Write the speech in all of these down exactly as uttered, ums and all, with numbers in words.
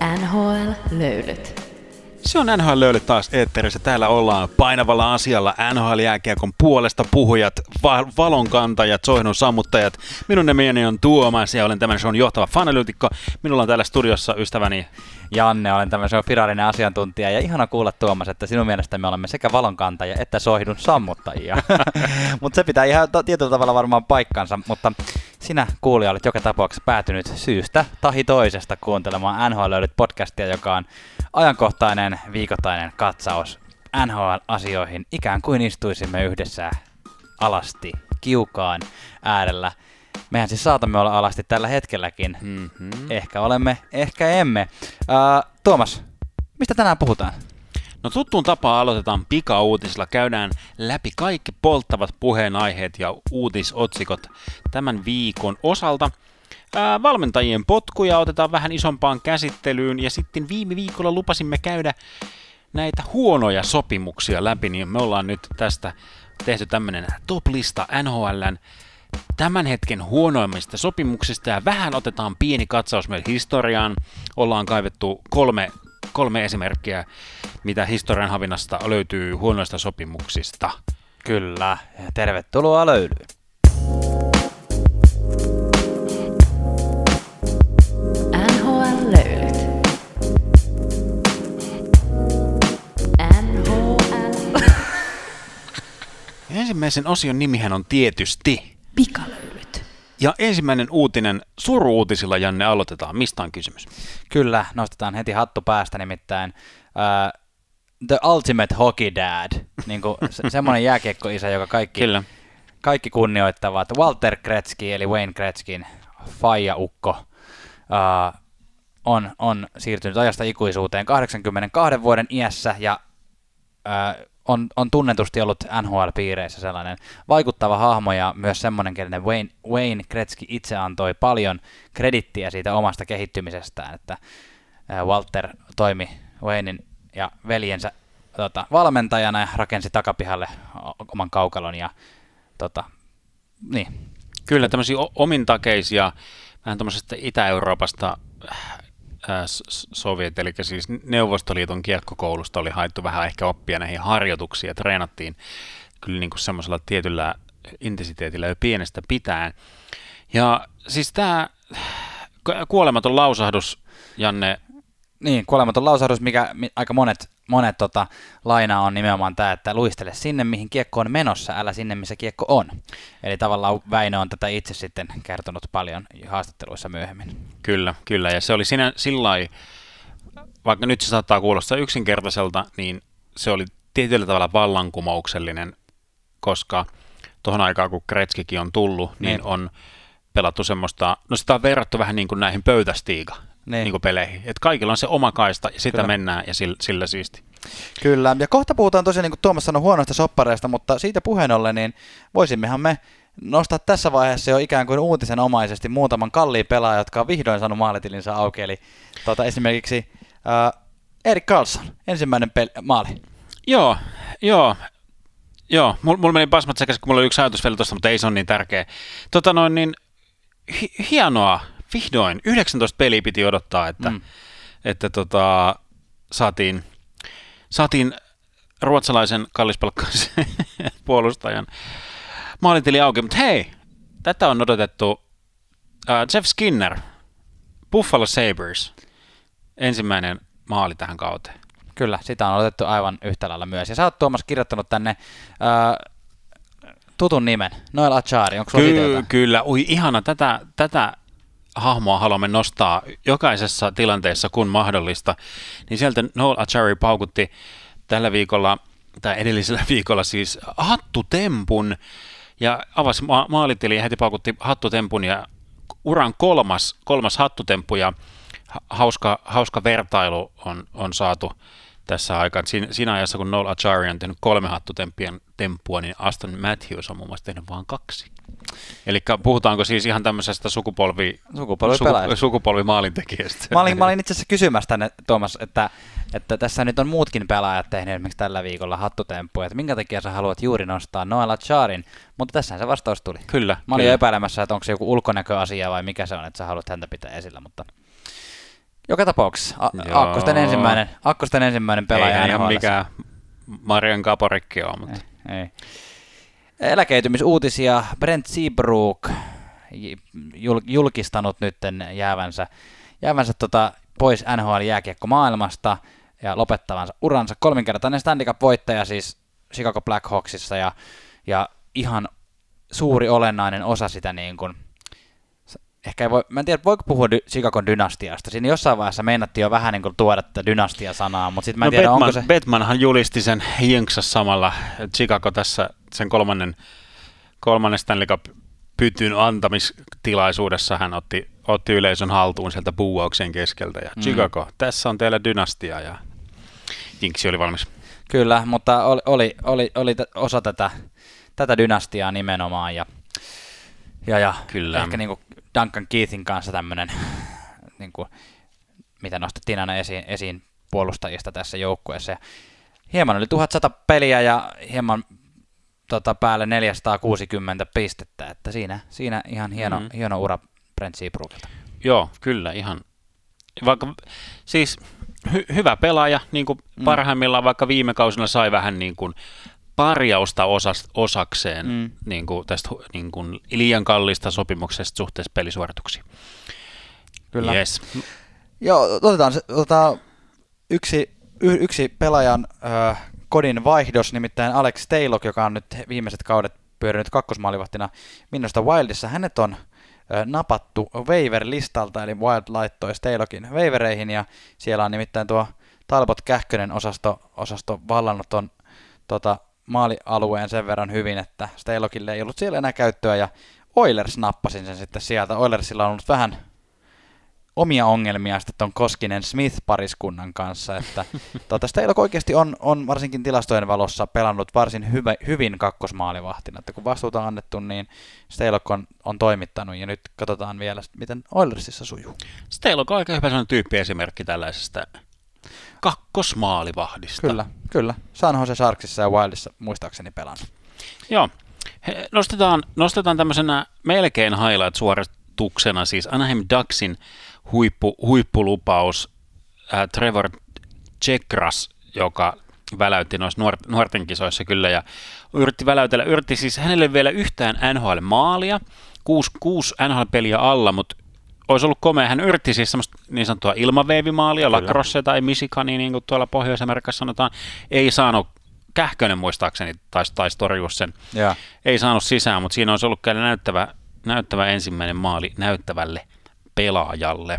N H L-löylyt. Se on N H L-löylyt taas eetterissä. Täällä ollaan painavalla asialla N H L-jääkiekon puolesta puhujat, va- valonkantajat, soihdun sammuttajat. Minun nimeni on Tuomas ja olen tämän shown johtava fanalyytikko. Minulla on täällä studiossa ystäväni Janne, olen tämän shown virallinen asiantuntija ja ihana kuulla Tuomas, että sinun mielestä me olemme sekä valonkantajia että soihdun sammuttajia. Mutta se pitää ihan t- tietyllä tavalla varmaan paikkansa, mutta sinä kuulija olet joka tapauksessa päätynyt syystä tahi toisesta kuuntelemaan N H L-löylyt podcastia, joka on ajankohtainen viikoittainen katsaus N H L-asioihin, ikään kuin istuisimme yhdessä alasti kiukaan äärellä. Mehän siis saatamme olla alasti tällä hetkelläkin. Mm-hmm. Ehkä olemme, ehkä emme. Uh, Tuomas, mistä tänään puhutaan? No tuttuun tapaan aloitetaan pikauutisilla. Käydään läpi kaikki polttavat puheenaiheet ja uutisotsikot tämän viikon osalta. Ää, valmentajien potkuja otetaan vähän isompaan käsittelyyn ja sitten viime viikolla lupasimme käydä näitä huonoja sopimuksia läpi, niin me ollaan nyt tästä tehty tämmönen top-lista N H L:n tämän hetken huonoimmista sopimuksista ja vähän otetaan pieni katsaus meidän historiaan. Ollaan kaivettu kolme, kolme esimerkkiä, mitä historian havinnasta löytyy huonoista sopimuksista. Kyllä, tervetuloa löylyyn. N H L-löylyt. N H L. Ensimmäisen osion nimihän on tietysti Pikalöylyt. Ja ensimmäinen uutinen, suru-uutisilla, Janne, aloitetaan. Mistä on kysymys? Kyllä, nostetaan heti hattu päästä, nimittäin uh, The Ultimate Hockey Dad, niin kuin se, semmoinen jääkiekko-isä, joka kaikki, kaikki kunnioittavat. Walter Gretzky, eli Wayne Gretzkyn faija-ukko, uh, on, on siirtynyt ajasta ikuisuuteen kahdeksankymmentäkaksi vuoden iässä ja uh, On, on tunnetusti ollut N H L-piireissä sellainen vaikuttava hahmo ja myös semmoinen, kenelle Wayne, Wayne Gretzky itse antoi paljon kredittiä siitä omasta kehittymisestään, että Walter toimi Waynen ja veljensä tota, valmentajana ja rakensi takapihalle oman kaukalon ja tota, niin. Kyllä, tämmöisiä omintakeisia, vähän tämmöisestä Itä-Euroopasta Soviet, eli siis Neuvostoliiton kiekkokoulusta oli haettu vähän ehkä oppia näihin harjoituksiin ja treenattiin kyllä niin kuin semmoisella tietyllä intensiteetillä jo pienestä pitäen. Ja siis tämä kuolematon lausahdus, Janne. Niin, kuolematon lausahdus, mikä aika monet, monet tota, lainaa on nimenomaan tämä, että luistele sinne, mihin kiekko on menossa, älä sinne, missä kiekko on. Eli tavallaan Väinö on tätä itse sitten kertonut paljon haastatteluissa myöhemmin. Kyllä, kyllä. Ja se oli siinä sillai, vaikka nyt se saattaa kuulostaa yksinkertaiselta, niin se oli tietyllä tavalla vallankumouksellinen, koska tuohon aikaan, kun Gretzkykin on tullut, niin, niin on pelattu semmoista, no sitä on verrattu vähän niin kuin näihin pöytästiiga. Niin. Niin kuin peleihin. Että kaikilla on se oma kaista ja sitä Kyllä. mennään ja sillä, sillä siisti. Kyllä, ja kohta puhutaan tosiaan, niin kuin Tuomas sanoi, huonoista soppareista, mutta siitä puheen ollen, niin voisimmehan me nostaa tässä vaiheessa jo ikään kuin uutisenomaisesti muutaman kalliin pelaajan, jotka on vihdoin saanut maalitilinsä auki. Eli tuota, esimerkiksi äh, Erik Karlsson, ensimmäinen pel- maali. Joo, joo. Joo, mulla meni pasmat sekä, kun mulla oli yksi ajatus vielä tuosta, mutta ei se ole niin tärkeä. Tota noin, niin hi- hienoa. Vihdoin. yhdeksäntoista peliä piti odottaa, että, mm. että tota, saatiin, saatiin ruotsalaisen kallispalkkaisen puolustajan maalintili auki. Mutta hei, tätä on odotettu. Uh, Jeff Skinner, Buffalo Sabres, ensimmäinen maali tähän kauteen. Kyllä, sitä on odotettu aivan yhtä lailla myös. Ja sä oot, Tuomas, kirjoittanut tänne uh, tutun nimen, Noel Acciari. Onko sulla Ky- siitä jotain? Kyllä, ui ihana, tätä... tätä hahmoa haluamme nostaa jokaisessa tilanteessa kun mahdollista, niin sieltä Noel Acciari paukutti tällä viikolla, tai edellisellä viikolla siis hattutempun, ja avasi ma- maalitili ja heti paukutti hattutempun, ja uran kolmas, kolmas hattutemppu, ja hauska, hauska vertailu on, on saatu tässä aikaan. Siinä, siinä ajassa, kun Noel Acciari on tehnyt kolme hattutemppua, niin Aston Matthews on muun muassa tehnyt vain kaksi. Eli puhutaanko siis ihan tämmöisestä sukupolvi, suku, sukupolvimaalintekijästä? Mä olin, mä olin itse asiassa kysymässä tänne, Tuomas, että, että tässä nyt on muutkin pelaajat tehneet esimerkiksi tällä viikolla hattutemppuja, että minkä takia sä haluat juuri nostaa Noel Acciarin, mutta tässähän se vastaus tuli. Kyllä. Mä olin kyllä. jo epäilemässä, että onko se joku ulkonäköasia vai mikä se on, että sä haluat häntä pitää esillä, mutta Joka tapauksessa a- Akkosten ensimmäinen, Akkosten ensimmäinen pelaaja. Ei ihan mikään Marian Kaporikki on, mutta... Ei, ei. Eläköitymisuutisia. Brent Seabrook jul- julkistanut nytten jäävänsä, jäävänsä tota pois N H L-jääkiekko-maailmasta ja lopettavansa uransa. Kolminkertainen Stanley Cup-voittaja siis Chicago Blackhawksissa ja, ja ihan suuri olennainen osa sitä niin kuin, ehkä ei voi, mä en tiedä, voiko puhua dy- Chicagon dynastiasta. Siinä jossain vaiheessa meinattiin jo vähän niin kuin tuoda tätä dynastia-sanaa, mutta sitten mä en no tiedä, Batman, onko se... Batmanhan julisti sen jinksas samalla. Chicago tässä sen kolmannen, kolmannen Stanley Cup-pytyn antamistilaisuudessa hän otti, otti yleisön haltuun sieltä buuauksen keskeltä. Ja mm. Chicago, tässä on teillä dynastia ja jinksi oli valmis. Kyllä, mutta oli, oli, oli, oli osa tätä, tätä dynastiaa nimenomaan ja, ja, ja Kyllä. ehkä niin kuin Duncan Keithin kanssa tämmöinen, niin kuin, mitä nostettiin aina esiin, esiin puolustajista tässä joukkueessa. Ja hieman yli tuhatsata peliä ja hieman tota, päälle neljäsataakuusikymmentä pistettä, että siinä, siinä ihan hieno, mm-hmm. hieno ura Brent Seabrookilta. Joo, kyllä ihan. Vaikka, siis hy- hyvä pelaaja, niin kuin mm. parhaimmillaan vaikka viime kausina sai vähän niin kuin parjausta osas, osakseen mm. niin kuin tästä niin kuin liian kallista sopimuksesta suhteessa pelisuorituksiin. Kyllä. Yes. Joo, otetaan, se, otetaan yksi, y, yksi pelaajan äh, kodin vaihdos, nimittäin Alex Stalock, joka on nyt viimeiset kaudet pyörinyt kakkosmaalivahtina Minnesota Wildissa. Hänet on äh, napattu waiver-listalta, eli Wild laittoi Stalockin waivereihin, ja siellä on nimittäin tuo Talbot Kähkönen osasto, osasto vallannut ton tota, maalialueen sen verran hyvin, että Stalockille ei ollut siellä enää käyttöä, ja Oilers nappasin sen sitten sieltä. Oilersilla on ollut vähän omia ongelmia sitten tuon Koskinen-Smith-pariskunnan kanssa, että tuota, Stalock oikeasti on, on varsinkin tilastojen valossa pelannut varsin hyvä, hyvin kakkosmaalivahtina, että kun vastuuta on annettu, niin Stalock on, on toimittanut, ja nyt katsotaan vielä, miten Oilersissa sujuu. Stalock on aika hyvä sellainen tyyppiesimerkki tällaisesta kakkosmaalivahdista. Kyllä, kyllä. San Jose Sharksissa ja Wildissa muistaakseni pelannut. Joo. He, nostetaan, nostetaan tämmöisenä melkein highlight-suorituksena siis Anaheim Ducksin huippu, huippulupaus äh, Trevor Zegras, joka väläytti noissa nuor, nuorten kisoissa kyllä ja yritti väläytellä, yritti siis hänelle vielä yhtään N H L-maalia, kuusi, kuusi N H L-peliä alla, mutta olisi ollut komea. Hän yritti siis semmoista niin sanottua ilmaveivimaalia, lacrosse tai Michigania, niin kuin tuolla Pohjois-Amerikassa sanotaan, ei saanut, Kähkönen muistaakseni taisi, taisi torjua sen, ja. Ei saanut sisään, mutta siinä olisi ollut kyllä näyttävä, näyttävä ensimmäinen maali näyttävälle pelaajalle.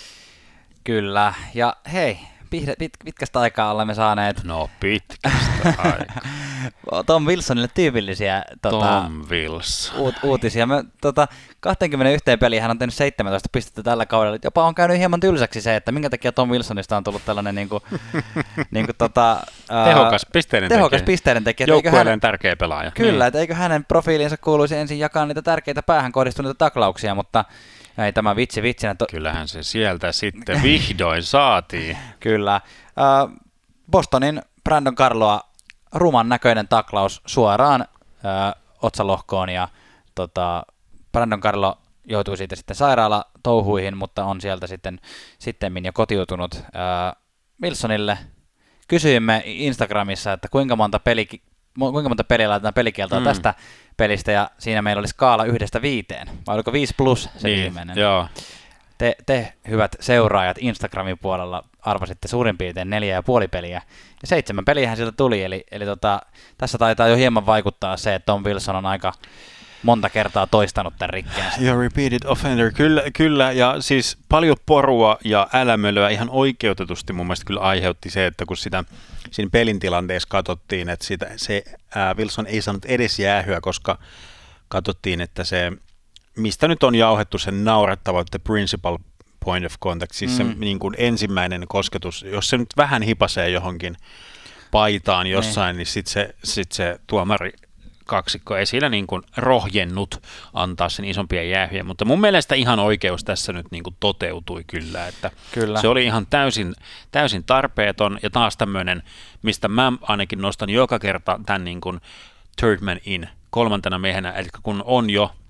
Kyllä, ja hei, pit, pit, pitkästä aikaa olemme saaneet... No pitkästä aikaa. Tom Wilsonille tyypillisiä tota, Tom Wilson. uut, uutisia. Me, tota, kaksikymmentäyksi peliä hän on tehnyt seitsemäntoista pistettä tällä kaudella. Jopa on käynyt hieman tylsäksi se, että minkä takia Tom Wilsonista on tullut tällainen niinku, niinku, tota, tehokas pisteiden tehokas tekijä. Pisteiden tekijä. Joukkueelleen hän, tärkeä pelaaja. Kyllä, niin. Että eikö hänen profiiliinsa kuuluisi ensin jakaa niitä tärkeitä päähän kohdistuneita taklauksia, mutta ei tämä vitsi vitsinä. To- Kyllähän se sieltä sitten vihdoin saatiin. Kyllä. Uh, Bostonin Brandon Carloa ruman näköinen taklaus suoraan uh, otsalohkoon ja tota, Brandon Carlo joutui siitä sitten sairaalatouhuihin, mutta on sieltä sitten sittemmin jo kotiutunut. Uh, Wilsonille kysyimme Instagramissa, että kuinka monta, peli, kuinka monta peliä laitetaan pelikieltoa mm. tästä pelistä, ja siinä meillä oli skaala yhdestä viiteen, vai oliko viisi plus se niin, viimeinen? Joo. Te, te, hyvät seuraajat Instagramin puolella, arvasitte suurin piirtein neljä ja puoli peliä, ja seitsemän peliähän sieltä tuli, eli, eli tota, tässä taitaa jo hieman vaikuttaa se, että Tom Wilson on aika monta kertaa toistanut tämän rikkeensä. Ja repeated offender, kyllä, kyllä, ja siis paljon porua ja älämölöä ihan oikeutetusti mun mielestä kyllä aiheutti se, että kun sitä siinä pelin tilanteessa katsottiin, että sitä, se ää, Wilson ei saanut edes jäähyä, koska katsottiin, että se, mistä nyt on jauhettu sen naurettava, the principal point of contact, siis mm. se niin kuin ensimmäinen kosketus, jos se nyt vähän hipasee johonkin paitaan jossain, mm. niin sitten se, sit se tuomari kaksikko ei siinä niin kuin rohjennut antaa sen isompia jäähyjä, mutta mun mielestä ihan oikeus tässä nyt niin kuin toteutui kyllä, että kyllä. Se oli ihan täysin, täysin tarpeeton ja taas tämmöinen, mistä mä ainakin nostan joka kerta tämän niin kuin third man in kolmantena miehenä, eli kun on jo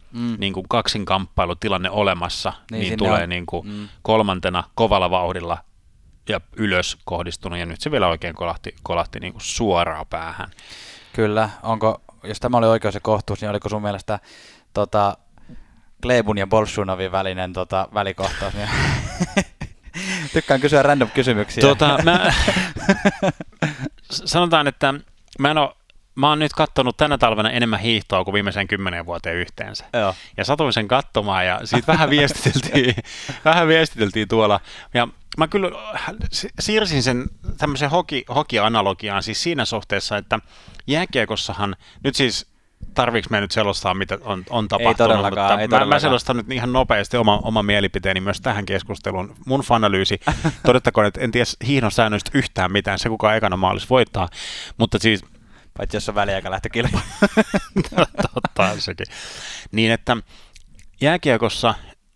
mm. niin kuin kaksinkamppailutilanne olemassa, niin, niin tulee on, niin kuin mm. kolmantena kovalla vauhdilla ja ylös kohdistunut, ja nyt se vielä oikein kolahti, kolahti niin kuin suoraan päähän. Kyllä, onko, jos tämä oli oikeus ja kohtuus, niin oliko sun mielestä tota, Glebun ja Bolshunovin välinen tota, välikohtaus? Niin tykkään kysyä random kysymyksiä. Tota, mä, sanotaan, että mä en ole Mä oon nyt katsonut tänä talvena enemmän hiihtoa kuin viimeisen kymmenen vuoteen yhteensä. Joo. Ja satuin sen katsomaan ja siitä vähän viestiteltiin, vähän viestiteltiin tuolla. Ja mä kyllä siirsin sen tämmöisen hoki, hoki-analogiaan siis siinä suhteessa, että jääkiekossahan, nyt siis tarviiko me nyt selostaa, mitä on, on tapahtunut, ei todellakaan, mutta ei mä, mä selostan nyt ihan nopeasti oma, oma mielipiteeni myös tähän keskusteluun. Mun fanalyysi, todettakoon, että en tiedä hiihdon säännöistä yhtään mitään, se kukaan ekana maalissa voittaa, mutta siis paitsi jos on väliaika lähtökilpailu. Totta sekin. Niin, että jääkiekossa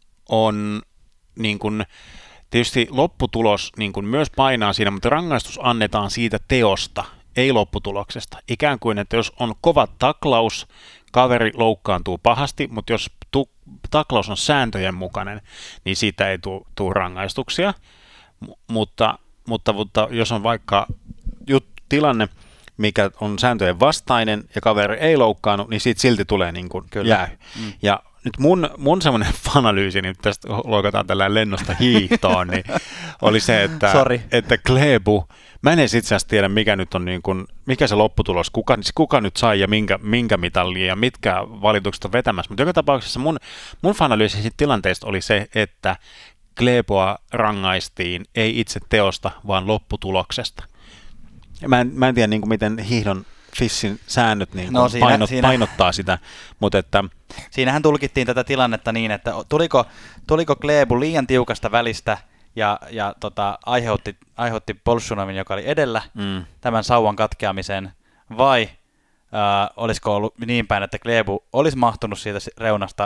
on niin kuin, tietysti lopputulos niin kuin myös painaa siinä, mutta rangaistus annetaan siitä teosta, ei lopputuloksesta. Ikään kuin, että jos on kova taklaus, kaveri loukkaantuu pahasti, mutta jos tu- taklaus on sääntöjen mukainen, niin siitä ei tule rangaistuksia. M- mutta, mutta, mutta jos on vaikka jut- tilanne, mikä on sääntöjen vastainen ja kaveri ei loukkaannut, niin siitä silti tulee niin kuin jäähy. Mm. Ja nyt mun, mun semmoinen fanalyysi, niin tästä loikataan tällä lennosta hiihtoon, niin oli se, että, että Klæbo, mä en edes itse asiassa tiedä, mikä nyt on niin kuin, mikä se lopputulos, kuka, kuka nyt sai ja minkä, minkä mitallia ja mitkä valitukset on vetämässä, mutta joka tapauksessa mun, mun fanalyysi siitä tilanteesta oli se, että Klæboa rangaistiin ei itse teosta, vaan lopputuloksesta. Mä en, mä en tiedä, niin kuin miten hiihdon Fissin säännöt niin no, siinä, painot, siinä, painottaa sitä, mutta että siinähän tulkittiin tätä tilannetta niin, että tuliko, tuliko Klæbo liian tiukasta välistä ja, ja tota, aiheutti, aiheutti Bolshunovin, joka oli edellä, mm. tämän sauvan katkeamisen, vai äh, olisiko ollut niin päin, että Klæbo olisi mahtunut siitä reunasta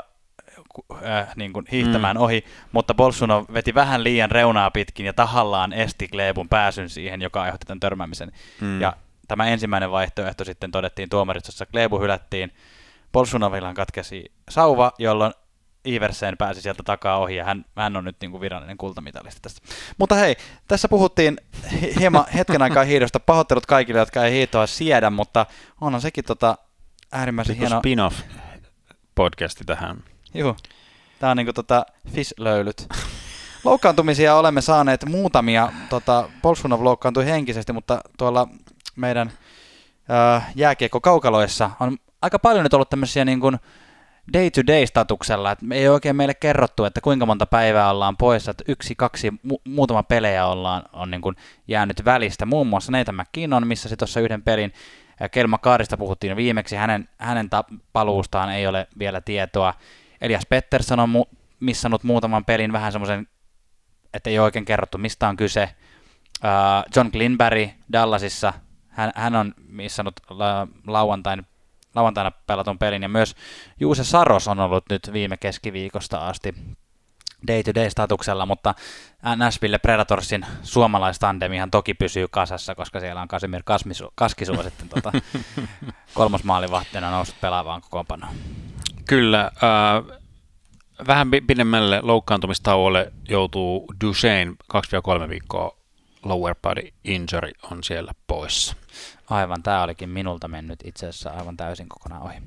äh, niin kuin hiihtämään mm. ohi, mutta Bolshunov veti vähän liian reunaa pitkin ja tahallaan esti Klæbon pääsyn siihen, joka aiheutti tämän törmäämisen. Mm. Ja tämä ensimmäinen vaihtoehto sitten todettiin tuomaristossa, Klæbo hylättiin, Bolshunovillaan katkesi sauva, jolloin Iversen pääsi sieltä takaa ohi, ja hän, hän on nyt niin kuin virallinen kultamitalista tästä. Mutta hei, tässä puhuttiin hieman hetken aikaa hiihdosta. Pahoittelut kaikille, jotka ei hiihtoa siedä, mutta onhan sekin tota äärimmäisen hieno spin-off podcasti tähän. Joo, tämä on niin kuin tota Fish-löylyt. Loukkaantumisia olemme saaneet muutamia. Tota, Bolshunov loukkaantui henkisesti, mutta tuolla meidän äh, jääkiekko-kaukaloissa on aika paljon nyt ollut tämmöisiä niin kuin day-to-day-statuksella, että ei oikein meille kerrottu, että kuinka monta päivää ollaan poissa, että yksi, kaksi, mu- muutama pelejä ollaan, on niin kuin jäänyt välistä. Muun muassa Nathan McKinnon, missä se tuossa yhden pelin, Cale Makarista puhuttiin viimeksi, hänen, hänen ta- paluustaan ei ole vielä tietoa. Elias Pettersson on mu- missannut muutaman pelin, vähän semmoisen, että ei ole oikein kerrottu, mistä on kyse. Uh, John Glinberry Dallasissa, hän, hän on missannut la- lauantain lauantaina pelatun pelin, ja myös Juuse Saros on ollut nyt viime keskiviikosta asti day-to-day-statuksella, mutta Nashville Predatorsin suomalaistandemihan toki pysyy kasassa, koska siellä on Kasimir Kaskisuo sitten tota, kolmosmaalivahtina noussut pelaavaan kokoonpanoon. Kyllä, äh, vähän pidemmälle loukkaantumistauolle joutuu Duchesne kaksi kolme viikkoa, lower body injury on siellä poissa. Aivan, tämä olikin minulta mennyt itse asiassa aivan täysin kokonaan ohi.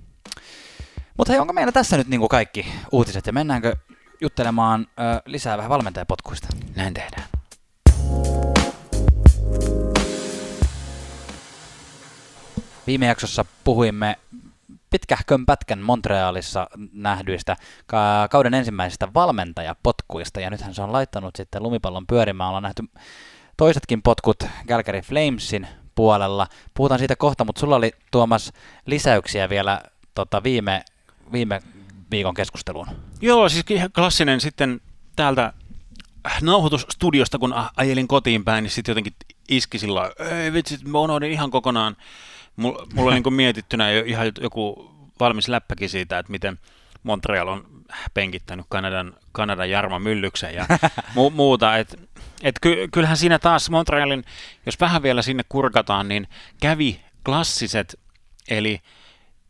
Mutta hei, onko meillä tässä nyt niin kuin kaikki uutiset ja mennäänkö juttelemaan ö, lisää vähän valmentajapotkuista? Näin tehdään. Viime jaksossa puhuimme pitkähkön pätkän Montrealissa nähdyistä ka- kauden ensimmäisistä valmentajapotkuista, ja nythän se on laittanut sitten lumipallon pyörimään. Ollaan nähty toisetkin potkut Calgary Flamesin puolella. Puhutaan siitä kohta, mutta sulla oli, Tuomas, lisäyksiä vielä tota, viime, viime viikon keskusteluun. Joo, siis ihan klassinen sitten täältä nauhoitusstudiosta, kun ajelin kotiin päin, niin sitten jotenkin iski sillä ei vitsi, mä unohdin ihan kokonaan. Mulla, mulla on niin kuin mietittynä jo ihan joku valmis läppäkin siitä, että miten Montreal on penkittänyt Kanadan, Kanadan Jarmo Myllyksen ja mu- muuta. Et, et ky- kyllähän siinä taas Montrealin, jos vähän vielä sinne kurkataan, niin kävi klassiset, eli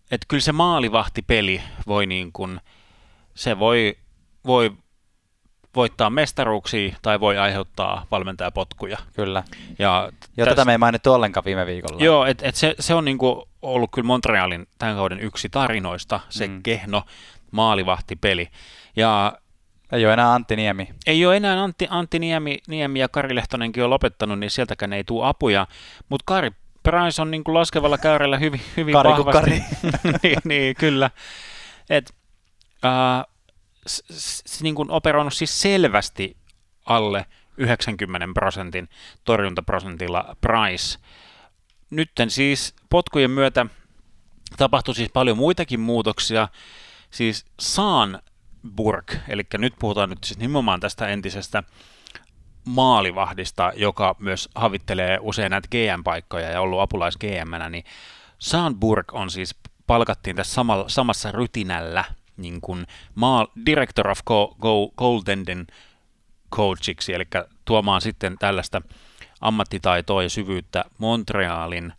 että kyllä se maalivahtipeli voi niin kuin, se voi, voi voittaa mestaruuksia tai voi aiheuttaa valmentajapotkuja. Kyllä. Ja jo täs, tätä me ei mainittu ollenkaan viime viikolla. Joo, että et se, se on niinku ollut kyllä Montrealin tämän kauden yksi tarinoista, se mm. kehno maalivahtipeli. Ja ei ole enää Antti Niemi. Ei ole enää Antti, Antti Niemi, Niemi ja Kari Lehtonenkin on lopettanut, niin sieltäkään ei tule apuja. Mutta Kari Price on niinku laskevalla käyrällä hyvin, hyvin Kari vahvasti. Kari. niin, niin, kyllä. Et, uh, s- s- niin kuin operoinut siis selvästi alle yhdeksänkymmenen prosentin torjuntaprosentilla Price. Nytten siis potkujen myötä tapahtui siis paljon muitakin muutoksia. Siis Sandburg, eli nyt puhutaan nyt siis nimenomaan tästä entisestä maalivahdista, joka myös havittelee usein näitä G M-paikkoja ja ollut apulais G M-nä, niin Sandburg on siis, palkattiin tässä samalla, samassa rytinällä niin kuin maa, Director of Go, Go, Goaltending coachiksi, eli tuomaan sitten tällaista ammattitaitoa ja syvyyttä Montrealin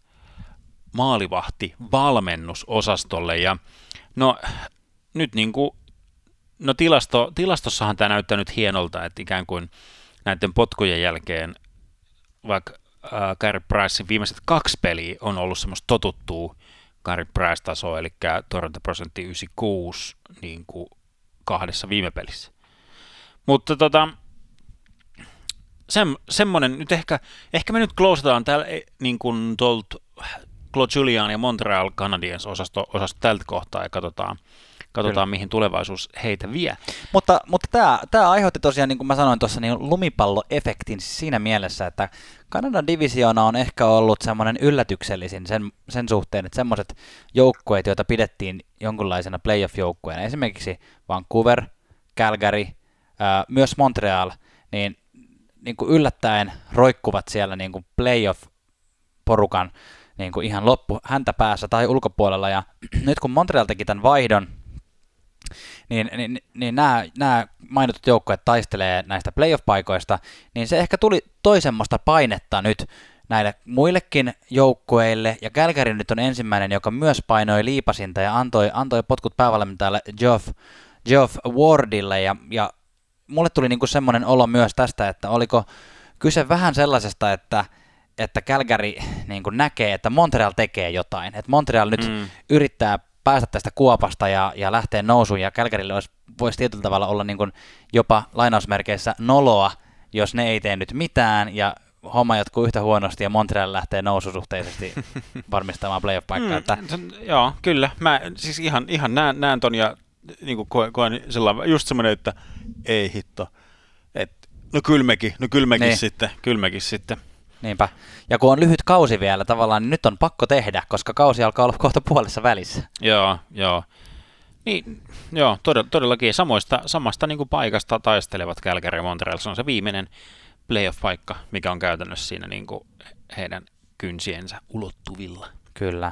maalivahti-valmennusosastolle. Ja no nyt niin kuin, no tilasto, tilastossahan tämä näyttää nyt hienolta, että ikään kuin näiden potkujen jälkeen, vaikka äh, Carey Pricein viimeiset kaksi peliä on ollut semmoista totuttua Carey Price-tasoa, eli torjuntaprosentti yhdeksänkymmentäkuusi niin kuin kahdessa viime pelissä. Mutta tota, sem, semmoinen, nyt ehkä, ehkä me nyt closetaan täällä niin kuin tuolta Claude Julien ja Montreal Canadiens osasto, osasto tältä kohtaa ja katsotaan, katsotaan mihin tulevaisuus heitä vie. Mutta, mutta tämä, tämä aiheutti tosiaan, niin kuin mä sanoin tuossa, niin lumipalloefektin siinä mielessä, että Kanadan divisioona on ehkä ollut semmoinen yllätyksellisin sen, sen suhteen, että semmoiset joukkueet, joita pidettiin jonkunlaisena playoff-joukkueena, esimerkiksi Vancouver, Calgary, ää, myös Montreal, niin, niin kuin yllättäen roikkuvat siellä niin kuin playoff-porukan niin kuin ihan loppu häntä päässä tai ulkopuolella, ja nyt kun Montreal teki tämän vaihdon, niin, niin, niin nämä, nämä mainitut joukkueet taistelee näistä playoff-paikoista, niin se ehkä tuli toi semmoista painetta nyt näille muillekin joukkueille, ja Calgary nyt on ensimmäinen, joka myös painoi liipasinta ja antoi, antoi potkut päävalmentajalle Geoff, Geoff Wardille, ja, ja mulle tuli niinku semmoinen olo myös tästä, että oliko kyse vähän sellaisesta, että että Calgary niin kuin näkee, että Montreal tekee jotain, että Montreal nyt mm. yrittää päästä tästä kuopasta ja, ja lähteä nousuun, ja Calgarylle olisi, voisi tietyllä tavalla olla niin kuin jopa lainausmerkeissä noloa, jos ne ei tee nyt mitään, ja homma jatkuu yhtä huonosti, ja Montreal lähtee noususuhteisesti varmistamaan playoff-paikkaa. Mm, että joo, kyllä. Mä siis ihan, ihan näen, näen ton, ja niin kuin koen, koen sellainen, just semmoinen, että ei hitto, että no kylmekin, no kylmekin niin. sitten, kylmekin sitten. Niinpä. Ja kun on lyhyt kausi vielä tavallaan, niin nyt on pakko tehdä, koska kausi alkaa olla kohta puolessa välissä. Joo, joo. Niin, joo, todellakin samoista, samasta niin kuin paikasta taistelevat Calgary ja Montreal. Se on se viimeinen playoff-paikka, mikä on käytännössä siinä niin kuin heidän kynsiensä ulottuvilla. Kyllä.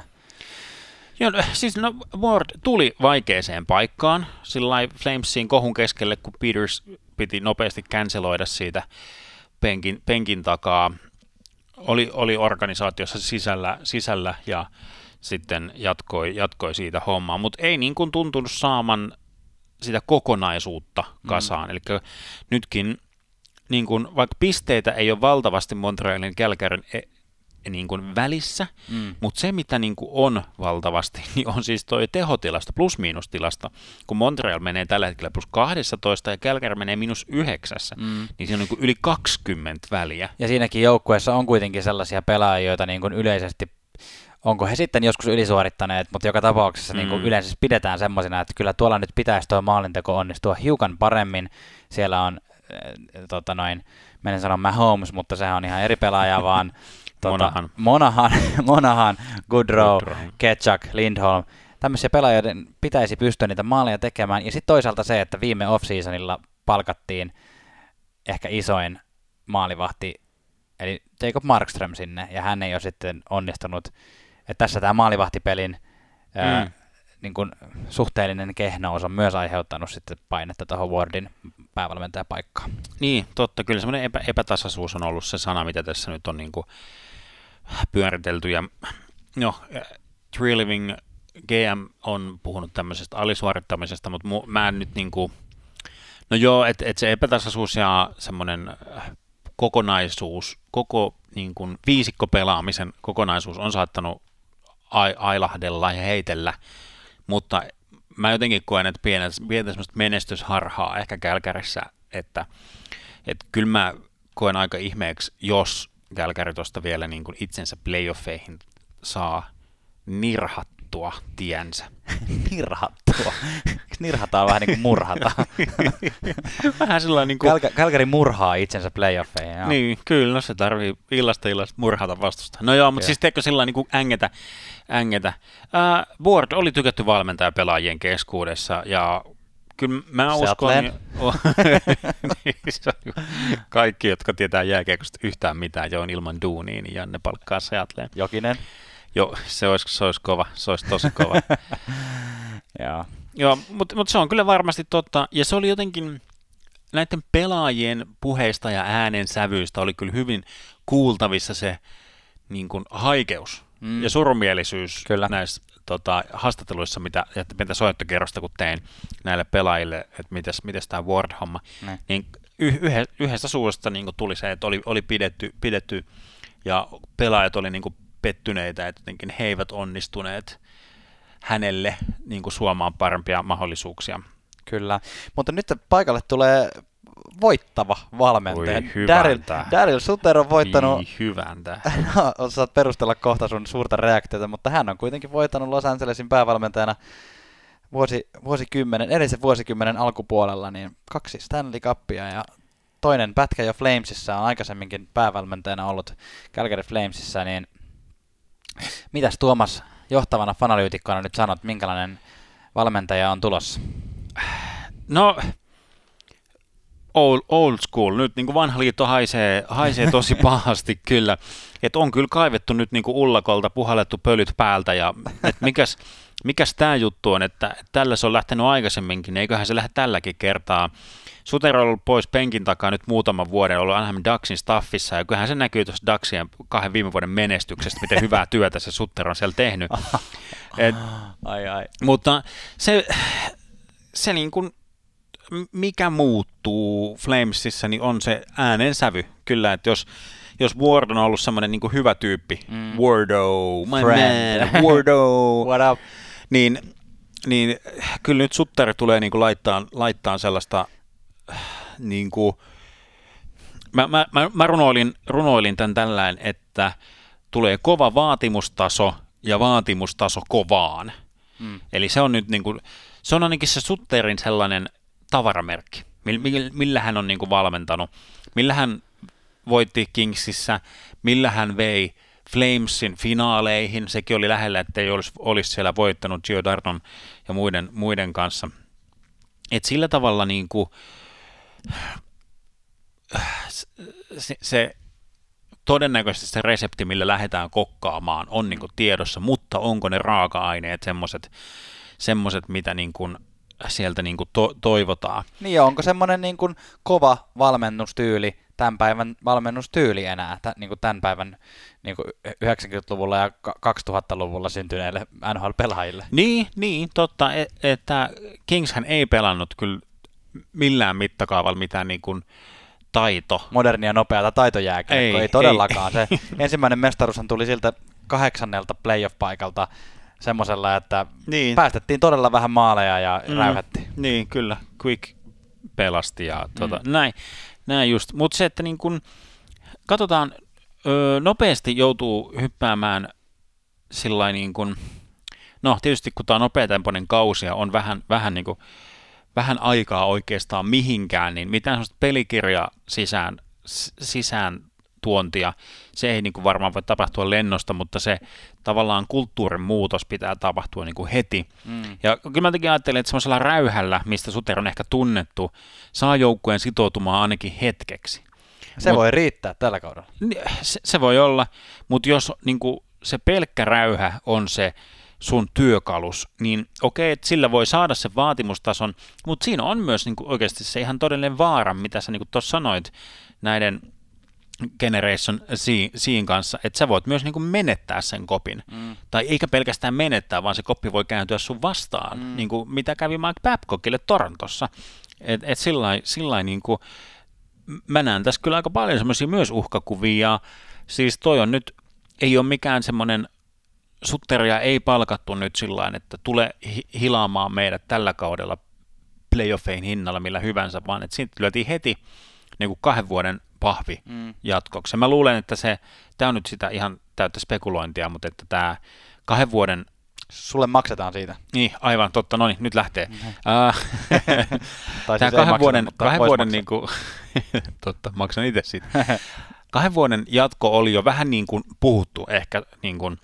Joo, siis no, Ward tuli vaikeeseen paikkaan, sillä Flamesin kohun keskelle, kun Peters piti nopeasti canceloida siitä penkin, penkin takaa. Oli, oli organisaatiossa sisällä, sisällä ja sitten jatkoi, jatkoi siitä hommaa, mutta ei niin kuin tuntunut saaman sitä kokonaisuutta kasaan. Mm. Eli nytkin, niin kuin, vaikka pisteitä ei ole valtavasti Montrealin Calgaryn e, niin kuin välissä, mm. mutta se mitä niin kuin on valtavasti, niin on siis toi tehotilasta, plus-miinustilasta. Kun Montreal menee tällä hetkellä plus kaksitoista ja Calgary menee miinus yhdeksässä, mm. niin siinä on niin kuin yli kaksikymmentä väliä. Ja siinäkin joukkueessa on kuitenkin sellaisia pelaajia, joita niin kuin yleisesti, onko he sitten joskus ylisuorittaneet, mutta joka tapauksessa mm. niin kuin yleensä pidetään semmoisina, että kyllä tuolla nyt pitäisi tuo maalinteko onnistua hiukan paremmin. Siellä on, äh, tota noin, menen sanoa Mahomes, mutta sehän on ihan eri pelaaja, vaan Tuota, Monahan. Monahan, Monahan, Goodrow, Goodrow, Ketchuk, Lindholm. Tämmöisiä pelaajia pitäisi pystyä niitä maaleja tekemään. Ja sitten toisaalta se, että viime off-seasonilla palkattiin ehkä isoin maalivahti, eli Jacob Markström sinne, ja hän ei ole sitten onnistunut. Että tässä tämä maalivahtipelin mm. ää, niin kun suhteellinen kehnous on myös aiheuttanut sitten painetta tuohon Wardin päävalmentajapaikkaan. Niin, totta. Kyllä semmoinen epä, epätasaisuus on ollut se sana, mitä tässä nyt on niin kuin pyöritelty. Ja no, Treliving G M on puhunut tämmöisestä alisuorittamisesta, mutta mu, mä en nyt niinku, no joo, että et se epätasaisuus ja semmoinen kokonaisuus, koko niin kuin viisikkopelaamisen kokonaisuus on saattanut ailahdella ja heitellä, mutta mä jotenkin koen, että pientä, pientä semmoista menestysharhaa ehkä Kälkärissä, että, että kyllä mä koen aika ihmeeksi, jos Kälkäri tuosta vielä niin kuin itsensä playoffeihin saa nirhattua tiensä. Nirhattua? Nirhataan vähän niin kuin murhata. Vähän sellainen niin kuin... Kälkä, Kälkäri murhaa itsensä playoffeihin. Joo. Niin, kyllä, no se tarvii illasta illasta murhata vastusta. No joo, mutta siis teekö sillä niin kuin ängetä, ängetä. Uh, Ward oli tykätty valmentaja pelaajien keskuudessa ja kyllä mä uskon... Niin, kaikki, jotka tietää jääkiekosta yhtään mitään, jo on ilman duunia, niin Janne palkkaa Seattleen. Jokinen? Joo, se olisi, se olisi kova, se olisi tosi kova. Joo. Joo, mutta mut se on kyllä varmasti totta, ja se oli jotenkin näiden pelaajien puheista ja äänen sävyistä oli kyllä hyvin kuultavissa se niin kuin haikeus mm. ja surumielisyys kyllä. näissä tota, haastatteluissa, mitä, mitä soittokerrosta kun tein näille pelaajille, että mites, mites tämä Ward-homma, ne. niin yh, yhdestä suusta niin kuin tuli se, että oli, oli pidetty, pidetty ja pelaajat oli niin kuin pettyneitä, että jotenkin he eivät onnistuneet hänelle niin kuin suomaan parempia mahdollisuuksia. Kyllä, mutta nyt paikalle tulee voittava valmentaja. Daryl, Daryl Sutter on voittanut... Niin, hyväntä. No, saat perustella kohta sun suurta reaktiota, mutta hän on kuitenkin voittanut Los Angelesin päävalmentajana vuosi, vuosikymmenen, edellisen vuosikymmenen alkupuolella niin kaksi Stanley Cupia ja toinen pätkä jo Flamesissa on aikaisemminkin päävalmentajana ollut Calgary Flamesissa, niin mitäs Tuomas johtavana fanalyytikkona nyt sanot, minkälainen valmentaja on tulossa? No, old, old school. Nyt niin kuin vanha liitto haisee, haisee tosi pahasti kyllä. Et on kyllä kaivettu nyt niin kuin ullakolta, puhallettu pölyt päältä. Ja et mikäs, mikäs tämä juttu on, että tällä se on lähtenyt aikaisemminkin, eiköhän se lähde tälläkin kertaa. Suter on ollut pois penkin takaa nyt muutaman vuoden, ollut Anaheim Ducksin staffissa, ja kyllähän se näkyy tuossa Ducksien kahden viime vuoden menestyksestä, miten hyvää työtä se Suter on siellä tehnyt. Et, ai, ai. Mutta se, se niin kuin, mikä muuttuu Flamesissa, niin on se äänensävy. Kyllä, että jos, jos Ward on ollut semmoinen niin kuin hyvä tyyppi, mm. Wardo, my Friend. man, Wardo, what up? Niin, niin kyllä nyt Sutter tulee niin kuin laittaa, laittaa sellaista... Niin kuin, mä, mä, mä, mä runoilin, runoilin tämän tällään, että tulee kova vaatimustaso ja vaatimustaso kovaan. Mm. Eli se on nyt niin kuin, se on ainakin se Sutterin sellainen tavaramerkki, millä, millä hän on niin kuin valmentanut, millä hän voitti Kingsissä, millä hän vei Flamesin finaaleihin, sekin oli lähellä, ettei olisi, olisi siellä voittanut Gio Darnon ja muiden, muiden kanssa. Et sillä tavalla niin kuin, se, se todennäköisesti se resepti, millä lähdetään kokkaamaan, on niin kuin tiedossa, mutta onko ne raaka-aineet semmoiset, semmoiset mitä niin kuin sieltä niin kuin to, toivotaan. Niin onko semmoinen niin kuin kova valmennustyyli, tämän päivän valmennustyyli enää, t- niin kuin tämän päivän niin kuin yhdeksänkymmentäluvulla ja kaksituhattaluvulla syntyneille N H L-pelaajille. Niin, niin totta, että Kingshän ei pelannut kyllä millään mittakaavalla mitään niin kuin taito. Modernia nopeata taitojääkiekkoa, ei, ei todellakaan. Ei. Se ensimmäinen mestaruushan tuli siltä kahdeksannelta playoff-paikalta semmoisella, että niin. päästettiin todella vähän maaleja ja mm, räyhättiin. Niin, kyllä. Quick pelasti ja tuota, mm. näin, näin just. Mutta se, että niin kun, katsotaan, öö, nopeasti joutuu hyppäämään sillain niin kun, no tietysti kun tämä on nopeatempoinen kausi ja on vähän, vähän, niin kuin, vähän aikaa oikeastaan mihinkään, niin mitään sellaista pelikirjaa sisään, sisään tuontia, se ei niin kuin varmaan voi tapahtua lennosta, mutta se tavallaan kulttuurin muutos pitää tapahtua niin kuin heti. Mm. Ja kyllä mä tekin ajattelin, että semmoisella räyhällä, mistä Suter on ehkä tunnettu, saa joukkueen sitoutumaan ainakin hetkeksi. Se Mut, voi riittää tällä kaudella. Se, se voi olla, mutta jos niin kuin se pelkkä räyhä on se sun työkalus, niin okei, että sillä voi saada sen vaatimustason, mutta siinä on myös niin kuin oikeasti se ihan todellinen vaara, mitä sä niin kuin tuossa sanoit, näiden Generation C:n kanssa, että sä voit myös niin kuin menettää sen kopin. Mm. Tai eikä pelkästään menettää, vaan se koppi voi kääntyä sun vastaan, mm. niin kuin mitä kävi Mike Babcockille Torontossa. Että et sillä niin kuin, mä näen tässä kyllä aika paljon semmoisia myös uhkakuvia. Siis toi on nyt, ei ole mikään semmoinen, Sutteria ei palkattu nyt sillain, että tule hilaamaan meidät tällä kaudella playoffein hinnalla millä hyvänsä, vaan että siitä lyötiin heti niin kuin kahden vuoden pahvi mm. jatkoksi. Mä luulen, että se, tämä on nyt sitä ihan täyttä spekulointia, mutta että tämä kahden vuoden... Sulle maksetaan siitä. Niin, aivan, totta, no niin, nyt lähtee. Mm-hmm. Uh, tämä siis kahden makseta, vuoden, kahden vuoden niin kuin, totta, maksan itse siitä. Kahden vuoden jatko oli jo vähän niin kuin puhuttu ehkä niin kuin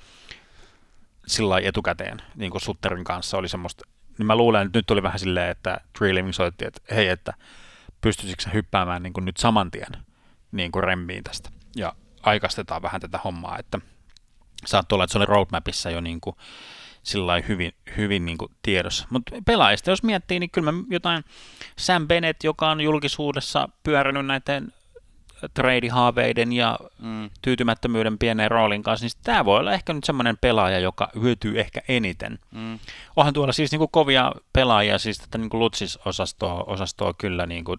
sillä etukäteen, niin kuin Sutterin kanssa oli semmoista, niin mä luulen, että nyt tuli vähän silleen, että Tree Living soitti, että hei, että pystyisikö sä hyppäämään niin kuin nyt saman tien niin kuin remmiin tästä, ja aikaistetaan vähän tätä hommaa, että saattoi olla, että se oli roadmapissa jo niin kuin sillain hyvin, hyvin niin kuin tiedossa. Mutta pelaajista, jos miettii, niin kyllä mä jotain Sam Bennett, joka on julkisuudessa pyörinyt näiden trade-haaveiden ja mm. tyytymättömyyden pienen roolin kanssa, niin tämä voi olla ehkä nyt semmoinen pelaaja, joka hyötyy ehkä eniten. Mm. Onhan tuolla siis niinku kovia pelaajia, siis tätä niinku Lutsis-osastoa osastoa kyllä niinku,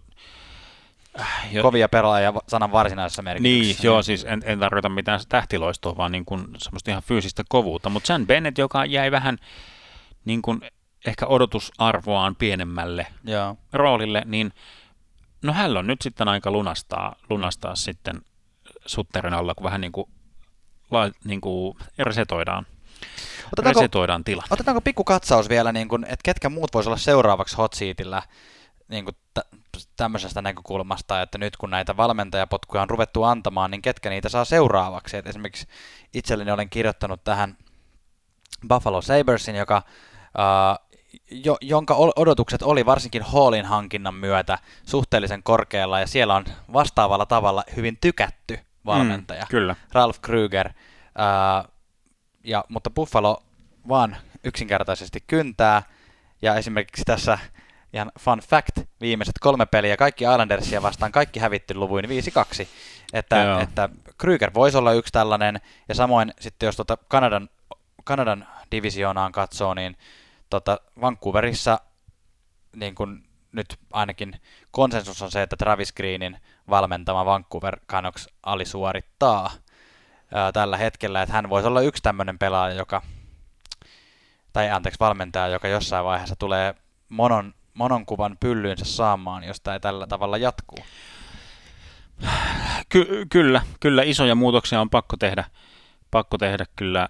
äh, jo, kovia pelaajia sanan varsinaisessa merkityksessä. Niin, joo, siis en, en tarkoita mitään tähtiloistoa, vaan niinku semmoista ihan fyysistä kovuutta, mutta Sam Bennett, joka jäi vähän niinku ehkä odotusarvoaan pienemmälle joo. roolille, niin no hän on nyt sitten aika lunastaa, lunastaa sitten Sutterin alla, kun vähän niin kuin, niin kuin resetoidaan, otetaanko, resetoidaan tila. Otetaanko pikku katsaus vielä, niin kuin, että ketkä muut voisi olla seuraavaksi hot seatillä niin kuin t- tämmöisestä näkökulmasta, että nyt kun näitä valmentajapotkuja on ruvettu antamaan, niin ketkä niitä saa seuraavaksi. Et esimerkiksi itselleni olen kirjoittanut tähän Buffalo Sabresin, joka... Uh, Jo, jonka odotukset oli varsinkin Hallin hankinnan myötä suhteellisen korkealla, ja siellä on vastaavalla tavalla hyvin tykätty valmentaja, mm, kyllä. Ralph Krueger, ää, ja, mutta Buffalo vaan yksinkertaisesti kyntää, ja esimerkiksi tässä ihan fun fact, viimeiset kolme peliä, kaikki Islandersia vastaan, kaikki hävitty luvuin viisi kaksi, että, että Krueger voisi olla yksi tällainen, ja samoin sitten jos tuota Kanadan, Kanadan divisioonaan katsoo, niin Tota, Vancouverissa niin kun nyt ainakin konsensus on se, että Travis Greenin valmentama Vancouver Canucks alisuorittaa ää, tällä hetkellä, että hän voisi olla yksi tämmöinen pelaaja, joka, tai anteeksi valmentaja, joka jossain vaiheessa tulee monon, monon kuvan pyllyynsä saamaan, jos tämä ei tällä tavalla jatkuu. Ky- kyllä, kyllä isoja muutoksia on pakko tehdä, pakko tehdä kyllä.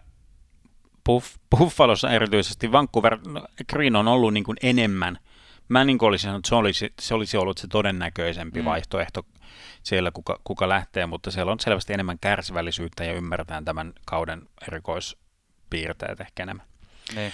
Buff, Buffalossa erityisesti Vancouver, no, Green on ollut niin kuin enemmän. Mä niin kuin olisin sanonut, että se olisi, se olisi ollut se todennäköisempi mm. vaihtoehto siellä, kuka, kuka lähtee, mutta siellä on selvästi enemmän kärsivällisyyttä ja ymmärretään tämän kauden erikoispiirteet ehkä enemmän. Niin.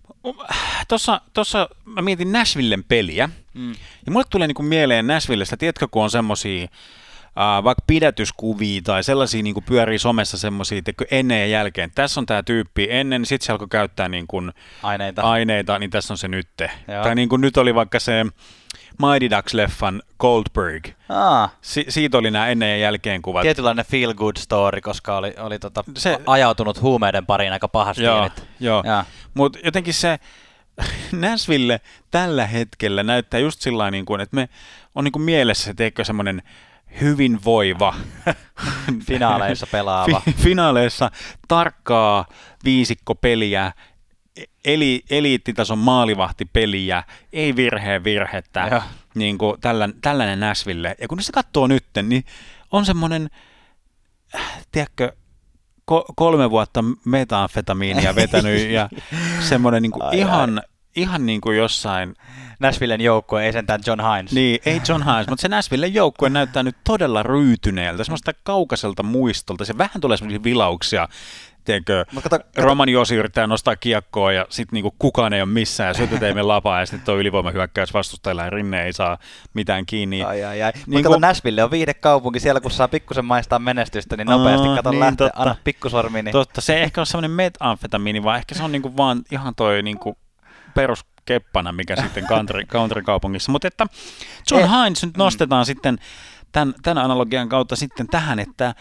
Tuossa, tuossa mä mietin Nashvillen peliä, mm. ja mulle tulee niin kuin mieleen Nashvillestä, tiedätkö, kun on semmosia Uh, vaikka pidätyskuvia tai sellaisia niin kuin pyörii somessa semmoisia ennen ja jälkeen. Tässä on tämä tyyppi ennen, niin sitten se alkoi käyttää niin kuin aineita. aineita, niin tässä on se nytte. Joo. Tai niin kuin nyt oli vaikka se Mighty Ducks-leffan Goldberg. Aa. Si- siitä oli nämä ennen ja jälkeen kuvat. Tietynlainen feel good story, koska oli, oli tota se, ajautunut huumeiden pariin aika pahasti. Joo, joo. Mutta jotenkin se Nashville tällä hetkellä näyttää just sillä niin kuin, että me on niin kuin mielessä, teekö semmoinen hyvinvoiva, finaaleissa pelaava, finaaleissa tarkkaa viisikkopeliä, eli, eliittitason maalivahtipeliä, ei virheen virhettä, niin kuin tällainen, tällainen Nashville. Ja kun se katsoo nyt, niin on semmoinen, tiedätkö, ko- kolme vuotta metamfetamiinia vetänyt ja semmoinen niin kuin ihan, ihan niin kuin jossain... Nashvillen joukkue, ei sentään John Hines. Niin, ei John Hines, mutta se Nashvillen joukkue näyttää nyt todella ryytyneeltä, semmoista kaukaiselta muistolta. Se vähän tulee semmoisia vilauksia, tiedätkö, kato, kato. Roman Josi yrittää nostaa kiekkoa ja sitten niinku kukaan ei ole missään ja syötöt ei mene lapaa ja sitten tuo ylivoimahyökkäys vastustajilla ja Rinne ei saa mitään kiinni. Ai ai ai, niin mutta kato, Nashville on viihdekaupunki, siellä kun saa pikkusen maistaa menestystä, niin nopeasti kato niin, lähteä, totta, anna pikkusormi. Niin. Totta, se ei ehkä ole semmoinen metamfetamiini, vaan ehkä se on niinku vaan ihan toi niinku perus keppana, mikä sitten country, country-kaupungissa. Mutta että John Hines nyt nostetaan mm. sitten tämän, tämän analogian kautta sitten tähän, että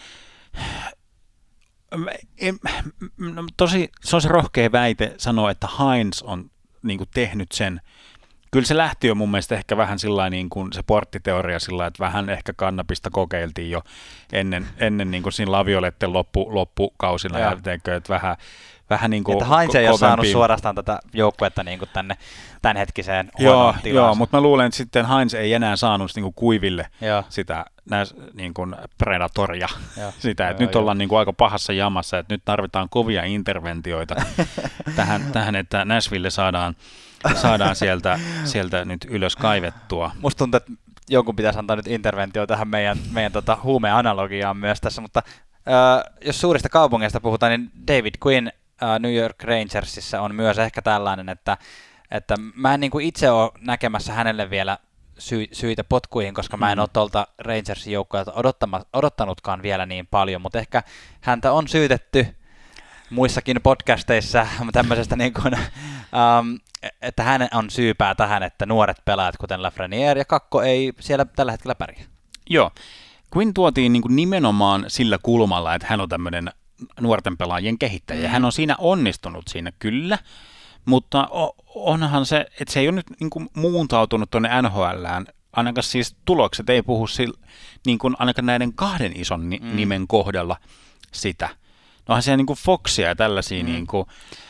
tosi, se on se rohkea väite sanoa, että Heinz on niin kuin tehnyt sen. Kyllä se lähti jo mun mielestä ehkä vähän sillä niin kuin se porttiteoria sillä, että vähän ehkä kannabista kokeiltiin jo ennen, ennen niin kuin siinä Lavioletten loppu, loppukausina. Ja teekö, että vähän, vähän niin kuin että Heinz ei ole saanut suorastaan tätä joukkuetta niin kuin tänne tämänhetkiseen huonoon tilaan. Joo, mutta mä luulen, että sitten Heinz ei enää saanut niin kuin kuiville joo. sitä näis, niin kuin predatoria. Joo. Sitä, että joo, nyt joo. ollaan niin kuin aika pahassa jamassa, että nyt tarvitaan kovia interventioita tähän, tähän, että Nashville saadaan saadaan sieltä, sieltä nyt ylös kaivettua. Musta tuntuu, että jonkun pitäisi antaa nyt interventio tähän meidän, meidän tota, huumeanalogiaan myös tässä, mutta äh, jos suurista kaupungeista puhutaan, niin David Quinn äh, New York Rangersissa on myös ehkä tällainen, että, että mä en niin kuin itse ole näkemässä hänelle vielä sy- syitä potkuihin, koska mä en ole tuolta Rangersin joukkoilta odottanutkaan vielä niin paljon, mutta ehkä häntä on syytetty muissakin podcasteissa tämmöisestä niin kuin, um, että hän on syypää tähän, että nuoret pelaajat, kuten Lafreniere ja Kakko, ei siellä tällä hetkellä pärjää. Joo. Quinn tuotiin niin kuin nimenomaan sillä kulmalla, että hän on tämmöinen nuorten pelaajien kehittäjä. Hän on siinä onnistunut siinä kyllä, mutta onhan se, että se ei ole nyt niin kuin muuntautunut tuonne N H L:ään. Ainakaan siis tulokset ei puhu sillä, niin kuin ainakaan näiden kahden ison ni- mm. nimen kohdalla sitä. No onhan siellä niin kuin Foxia ja tällaisia mm. niin kuin,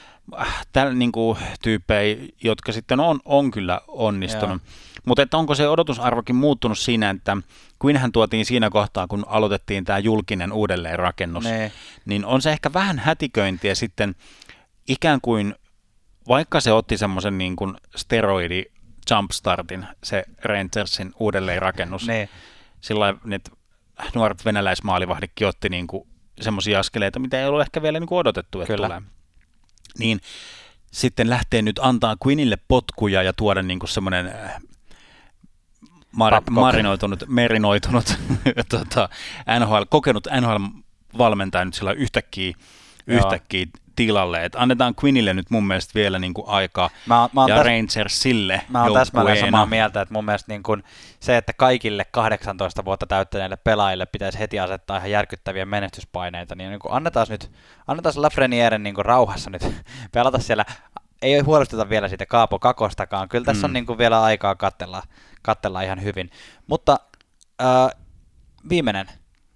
tällä niin kuin tyyppejä, jotka sitten on, on kyllä onnistunut. Mutta että onko se odotusarvokin muuttunut siinä, että Quinnhän tuotiin siinä kohtaa, kun aloitettiin tämä julkinen uudelleenrakennus, ne. niin on se ehkä vähän hätiköintiä sitten ikään kuin, vaikka se otti semmoisen niin kuin steroidi jumpstartin, se Rangersin uudelleenrakennus, ne. sillä että nuoret venäläismaalivahditkin otti niin kuin semmoisia askeleita, mitä ei ollut ehkä vielä niin kuin odotettu, että kyllä. tulee. Niin sitten lähtee nyt antaa Quinnille potkuja ja tuoda niin kuin semmoinen mar- marinoitunut, merinoitunut tota, N H L, kokenut N H L-valmentaja nyt sillä yhtäkkiä, yhtäkkiä tilalle. Et annetaan Quinnille nyt mun mielestä vielä niin kuin aikaa mä, mä ja täs, Rangersille mä oon täsmälleen samaa mieltä, että mun mielestä niin kuin se, että kaikille kahdeksantoista vuotta täyttäneille pelaajille pitäisi heti asettaa ihan järkyttäviä menestyspaineita, niin, niin kuin annetaan nyt, annetaan Lafrenieren niin kuin rauhassa nyt pelata siellä. Ei huolestuta vielä siitä Kaapo Kakostakaan. Kyllä tässä mm. on niin kuin vielä aikaa katsella, katsella ihan hyvin. Mutta äh, viimeinen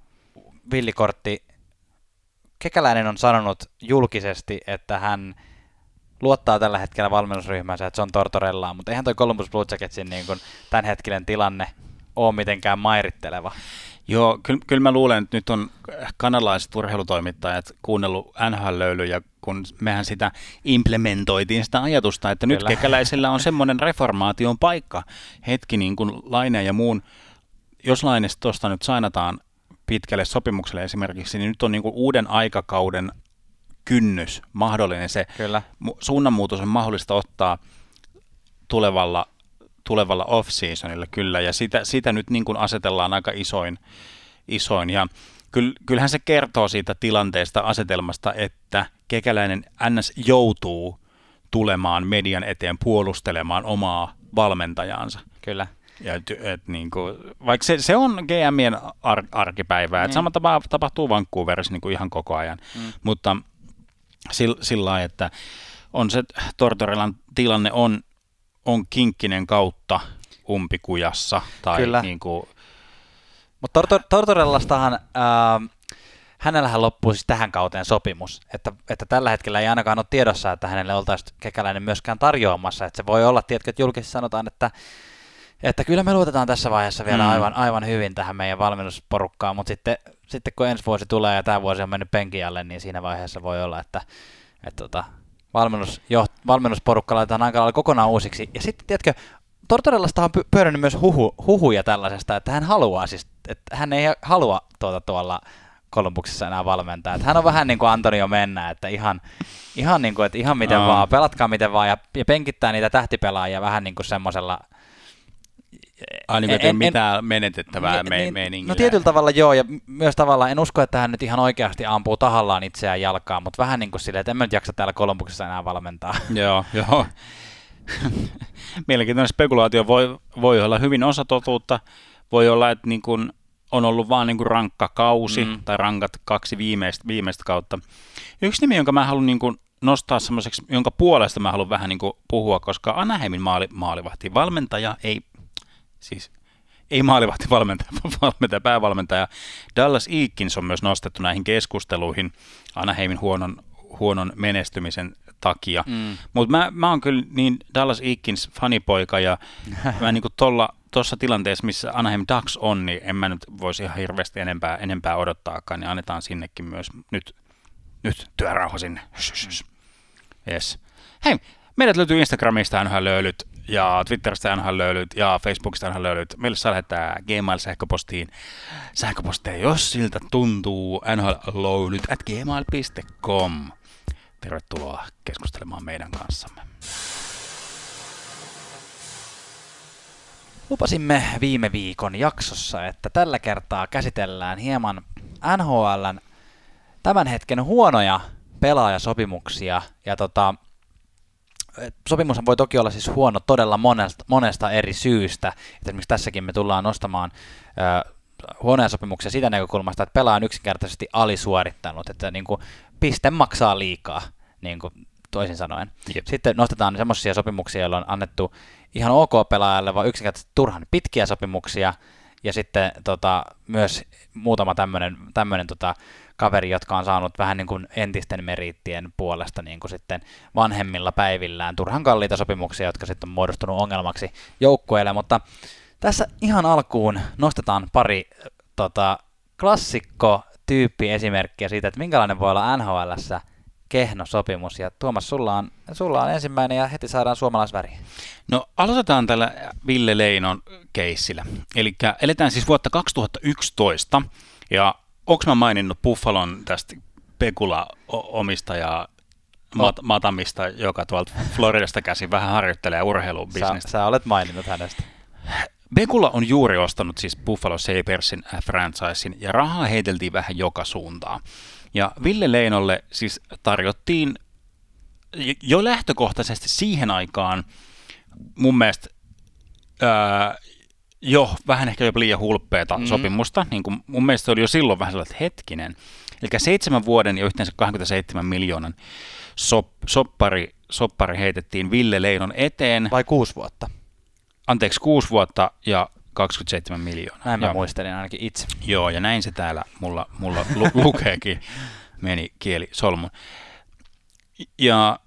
villikortti. Kekäläinen on sanonut julkisesti, että hän luottaa tällä hetkellä valmennusryhmänsä, että John Tortorellaan, mutta eihän toi Columbus Blue Jacketsin niin kuin tämänhetkinen tilanne ole mitenkään mairitteleva. Joo, kyllä, kyllä mä luulen, että nyt on kanalaiset urheilutoimittajat kuunnellut N H L-löylyjä, kun mehän sitä implementoitiin sitä ajatusta, että kyllä. Nyt kekäläisellä on semmoinen reformaation paikka hetki niin kuin Laine ja muun, jos Lainesta tuosta nyt sainataan pitkälle sopimukselle esimerkiksi, niin nyt on niin kuin uuden aikakauden kynnys mahdollinen. Se kyllä. Suunnanmuutos on mahdollista ottaa tulevalla, tulevalla off-seasonilla kyllä, ja sitä, sitä nyt niin kuin asetellaan aika isoin. isoin. Ja kyllähän se kertoo siitä tilanteesta, asetelmasta, että Kekäläinen N S joutuu tulemaan median eteen puolustelemaan omaa valmentajaansa. Kyllä. Ja et, et, niin kuin, vaikka se, se on G M:ien ar, arkipäivää, että mm. sama tapa, tapahtuu Vancouverissa niin kuin ihan koko ajan, mm. mutta sillä, sillä lailla, että on se Tortorellan tilanne on, on kinkkinen kautta umpikujassa. Tai kyllä. Niin kuin mutta Tortor- Tortorellastahan äh, hänellähän loppuu siis tähän kauteen sopimus, että, että tällä hetkellä ei ainakaan ole tiedossa, että hänelle oltaisiin Kekäläinen myöskään tarjoamassa, että se voi olla, tiedätkö, että julkisesti sanotaan, että Että kyllä me luotetaan tässä vaiheessa vielä mm. aivan, aivan hyvin tähän meidän valmennusporukkaan, mutta sitten, sitten kun ensi vuosi tulee ja tämä vuosi on mennyt penkin alle, niin siinä vaiheessa voi olla, että, että tota, valmennus, jo, valmennusporukka laitetaan aika lailla kokonaan uusiksi. Ja sitten, tiedätkö, Tortorellasta on pyörinyt myös huhu, huhuja tällaisesta, että hän haluaa siis, että hän ei halua tuota tuolla Kolumbuksessa enää valmentaa. Että hän on vähän niin kuin Antonio Mennä, että ihan, ihan, niin kuin, että ihan miten no. vaan, pelatkaa miten vaan ja, ja penkittää niitä tähtipelaajia vähän niin kuin semmoisella. Ai niin, ei mitään menetettävää me- niin, meiningillä. No tietyllä tavalla joo, ja myös tavallaan en usko, että hän nyt ihan oikeasti ampuu tahallaan itseään jalkaan, mutta vähän niin kuin silleen, että en mä nyt jaksa täällä Kolumbuksessa enää valmentaa. Joo, joo. Mielenkiintoinen spekulaatio voi, voi olla hyvin osatotuutta. Voi olla, että niin kuin on ollut vaan niin kuin rankka kausi mm. tai rankat kaksi viimeistä, viimeistä kautta. Yksi nimi, jonka mä haluan niin kuin nostaa semmoiseksi, jonka puolesta mä haluan vähän niin kuin puhua, koska Anaheimin maali, maalivahti valmentaja, ei siis ei maalivahti valmentaja, valmentaja, päävalmentaja. Dallas Eakins on myös nostettu näihin keskusteluihin Anaheimin huonon, huonon menestymisen takia. Mm. Mutta mä, mä oon kyllä niin Dallas Eakins fanipoika ja mä niin kuin tolla tuossa tilanteessa, missä Anaheim Ducks on, niin en mä nyt voisi ihan hirveästi enempää, enempää odottaakaan, niin annetaan sinnekin myös nyt, nyt työrauha sinne. Yes. Hei, meidät löytyy Instagramista N H L-löylyt ja Twitteristä N H L-löylyt ja Facebookista N H L-löylyt. Meille saa lähettää Gmail-sähköpostiin sähköposteja, jos siltä tuntuu, N H L löylyt at gmail piste com. Tervetuloa keskustelemaan meidän kanssamme. Lupasimme viime viikon jaksossa, että tällä kertaa käsitellään hieman N H L:n tämän hetken huonoja pelaajasopimuksia. Ja tota, sopimushan voi toki olla siis huono todella monesta, monesta eri syystä. Et esimerkiksi tässäkin me tullaan nostamaan ö, huonoja sopimuksia siitä näkökulmasta, että pelaaja on yksinkertaisesti alisuorittanut, että niin kuin, piste maksaa liikaa, niin kuin toisin sanoen. Jep. Sitten nostetaan semmoisia sopimuksia, joilla on annettu ihan ok pelaajalle, vaan yksinkertaisesti turhan pitkiä sopimuksia, ja sitten tota, myös muutama tämmöinen, tämmöinen tota, kaveri, jotka on saanut vähän niin kuin entisten meriittien puolesta niin kuin sitten vanhemmilla päivillään turhan kalliita sopimuksia, jotka sitten on muodostunut ongelmaksi joukkueelle, mutta tässä ihan alkuun nostetaan pari tota, klassikko-tyyppi-esimerkkiä siitä, että minkälainen voi olla N H L:ssä kehno sopimus, ja Tuomas, sulla on, sulla on ensimmäinen ja heti saadaan suomalaisväriä. No aloitetaan tällä Ville Leinon keissillä. Eli eletään siis vuotta kaksituhattayksitoista, ja onko mä maininnut Buffalon tästä Pekula-omistajaa mat- Matamista, joka tuolta Floridasta käsin vähän harjoittelee urheilubisnestä? Sä, sä olet maininnut hänestä. Pekula on juuri ostanut siis Buffalo Sabresin franchisein, ja rahaa heiteltiin vähän joka suuntaan. Ja Ville Leinolle siis tarjottiin jo lähtökohtaisesti siihen aikaan mun mielestä ää, jo vähän ehkä jopa liian hulppeeta mm. sopimusta. Niin kuin mun mielestä se oli jo silloin vähän sellainen hetkinen. Eli seitsemän vuoden ja yhteensä kaksikymmentäseitsemän miljoonan sop, soppari, soppari heitettiin Ville Leinon eteen. Vai kuusi vuotta? Anteeksi, kuusi vuotta ja kaksikymmentäseitsemän miljoonaa. Näin mä ja, muistelin ainakin itse. Joo, ja näin se täällä mulla, mulla lu- lukeekin, meni kieli solmun. Ja,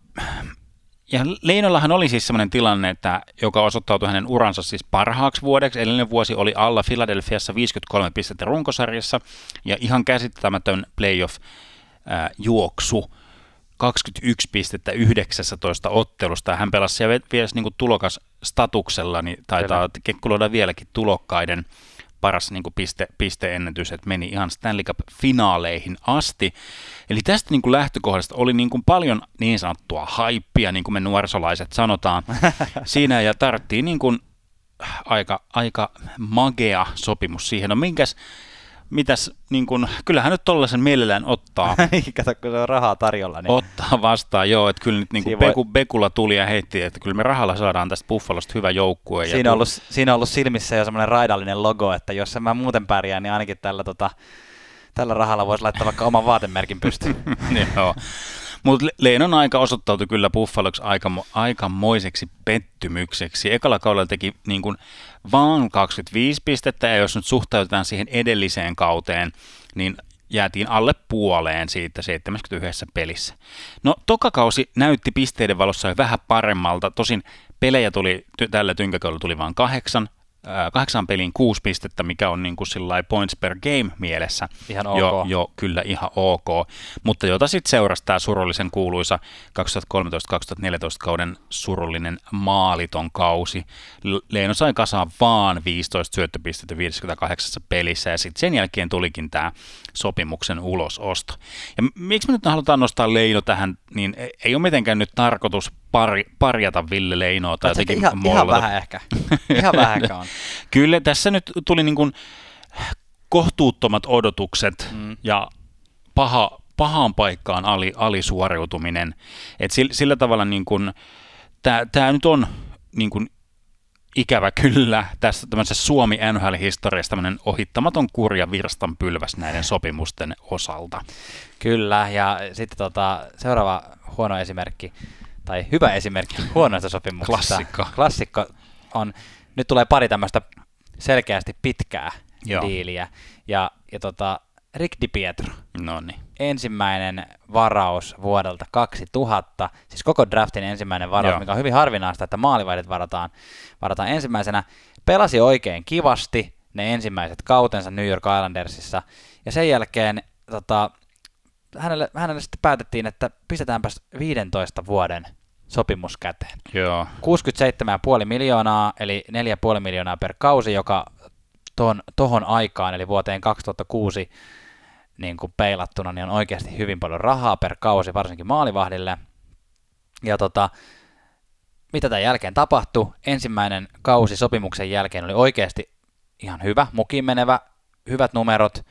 ja Leinollahan oli siis sellainen tilanne, että, joka osoittautui hänen uransa siis parhaaksi vuodeksi. Edellinen vuosi oli alla Philadelphiassa viisikymmentäkolme pistettä runkosarjassa, ja ihan käsittämätön playoff-juoksu. kaksikymmentäyksi pistettä yhdeksäntoista ottelusta, ja hän pelasi siellä vielä niin kuin tulokas statuksella, niin taitaa kekkuloida vieläkin tulokkaiden paras niin kuin piste, pisteennätys, että meni ihan Stanley Cup-finaaleihin asti. Eli tästä niin kuin lähtökohdasta oli niin kuin paljon niin sanottua haippia, niin kuin me nuorisolaiset sanotaan siinä, ja tarvittiin niin kuin aika, aika magea sopimus siihen. No minkäs Mitäs, niin kun, kyllähän nyt tollaisen mielellään ottaa. Kato, kun se on rahaa tarjolla. Niin. Ottaa vastaan, joo. Että kyllä nyt niin Beku, voi... Bekula tuli ja heitti, että kyllä me rahalla saadaan tästä Buffalosta hyvä joukkue. Siinä on, ollut, siinä on ollut silmissä jo semmoinen raidallinen logo, että jos en mä muuten pärjää, niin ainakin tällä, tota, tällä rahalla voisi laittaa vaikka oman vaatemerkin pystyyn. Joo. Mutta Leinon aika osoittautui kyllä Buffaloksi aika, aikamoiseksi pettymykseksi. Ekalla kaudella teki niin kuin vaan kaksikymmentäviisi pistettä, ja jos nyt suhtautetaan siihen edelliseen kauteen, niin jäätiin alle puoleen siitä seitsemänkymmentäyhdessä pelissä. No, toka kausi näytti pisteiden valossa jo vähän paremmalta. Tosin pelejä tuli, tällä tynkäkaudella tuli vain kahdeksan. Kahdeksan peliin kuusi pistettä, mikä on niin kuin sillai points per game mielessä. Ihan ok. Jo, jo kyllä ihan ok. Mutta jota sitten seurasi tämä surullisen kuuluisa kaksituhattakolmetoista kaksituhattaneljätoista kauden surullinen maaliton kausi. Leino sai kasaan vaan viisitoista syöttöpistettä viisikymmentäkahdeksan pelissä, ja sitten sen jälkeen tulikin tämä sopimuksen ulososto. Ja miksi me nyt halutaan nostaa Leino tähän, niin ei ole mitenkään nyt tarkoitus pari, parjata Ville Leinoa tai jotenkin ihan, ihan vähän ehkä. Ihan vähän on. Kyllä tässä nyt tuli niin kuin kohtuuttomat odotukset mm. ja paha, pahaan paikkaan ali, alisuoriutuminen. Et sillä, sillä tavalla niin kuin, tämä nyt on niin kuin ikävä kyllä tässä tämmöisessä Suomi N H L-historiassa tämmöinen ohittamaton kurja virstanpylväs näiden sopimusten osalta. Kyllä, ja sitten tota, seuraava huono esimerkki, tai hyvä esimerkki huonoista sopimuksista. Klassikko. Klassikko on, nyt tulee pari tämmöistä selkeästi pitkää Joo. diiliä, ja, ja tota, Rick DiPietro. Noniin. Ensimmäinen varaus vuodelta kaksituhatta, siis koko draftin ensimmäinen varaus, Joo. mikä on hyvin harvinaista, että maalivahdit varataan, varataan ensimmäisenä. Pelasi oikein kivasti ne ensimmäiset kautensa New York Islandersissa, ja sen jälkeen tota, hänelle, hänelle sitten päätettiin, että pistetäänpäs viidentoista vuoden sopimus käteen. Joo. kuusikymmentäseitsemän pilkku viisi miljoonaa, eli neljä pilkku viisi miljoonaa per kausi, joka ton, tohon aikaan, eli vuoteen kaksituhattakuusi niin kuin peilattuna, niin on oikeasti hyvin paljon rahaa per kausi, varsinkin maalivahdille. Ja tota, mitä tämän jälkeen tapahtui? Ensimmäinen kausi sopimuksen jälkeen oli oikeasti ihan hyvä, mukiin menevä, hyvät numerot,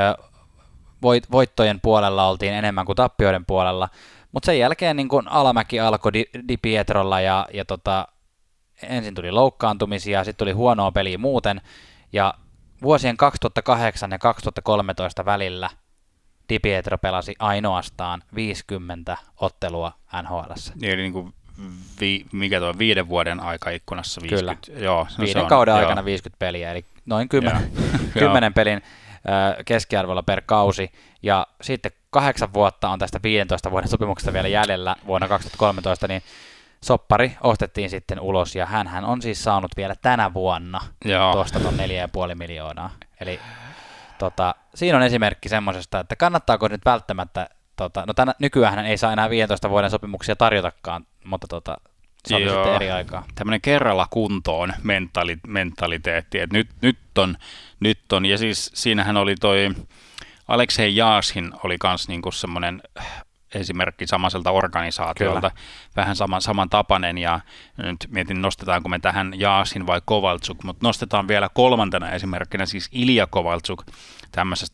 voit, voittojen puolella oltiin enemmän kuin tappioiden puolella, mutta sen jälkeen niin kun alamäki alkoi Di, Di Pietrolla ja, ja tota, ensin tuli loukkaantumisia, sitten tuli huonoa peliä muuten, ja vuosien kaksituhattakahdeksan ja kaksituhattakolmetoista välillä Di Pietro pelasi ainoastaan viisikymmentä ottelua N H L:ssä. Eli niin kuin vi, mikä tuo viiden vuoden aikaikkunassa viisikymmentä. Kyllä. Joo, no viiden on, kauden joo. aikana viisikymmentä peliä, eli noin kymmenen, kymmenen pelin äh, keskiarvolla per kausi. Ja sitten kahdeksan vuotta on tästä viidentoista vuoden sopimuksesta vielä jäljellä vuonna kaksituhattakolmetoista, niin soppari ostettiin sitten ulos, ja hänhän on siis saanut vielä tänä vuonna Joo. tuosta ton neljä pilkku viisi miljoonaa. Eli tota, siinä on esimerkki semmoisesta, että kannattaako nyt välttämättä, tota, no tänä, nykyään ei saa enää viidentoista vuoden sopimuksia tarjotakaan, mutta tota, se oli Joo. sitten eri aikaa. Tämmöinen kerralla kuntoon mentali, mentaliteetti, että nyt, nyt, on, nyt on, ja siis siinähän oli toi Aleksei Jaashin oli kans niinku semmoinen esimerkki samaiselta organisaatiolta, Kyllä. vähän saman, samantapainen, ja nyt mietin, nostetaanko me tähän Jaasin vai Kovaltsuk, mutta nostetaan vielä kolmantena esimerkkinä siis Ilja Kovaltsuk tämmöisestä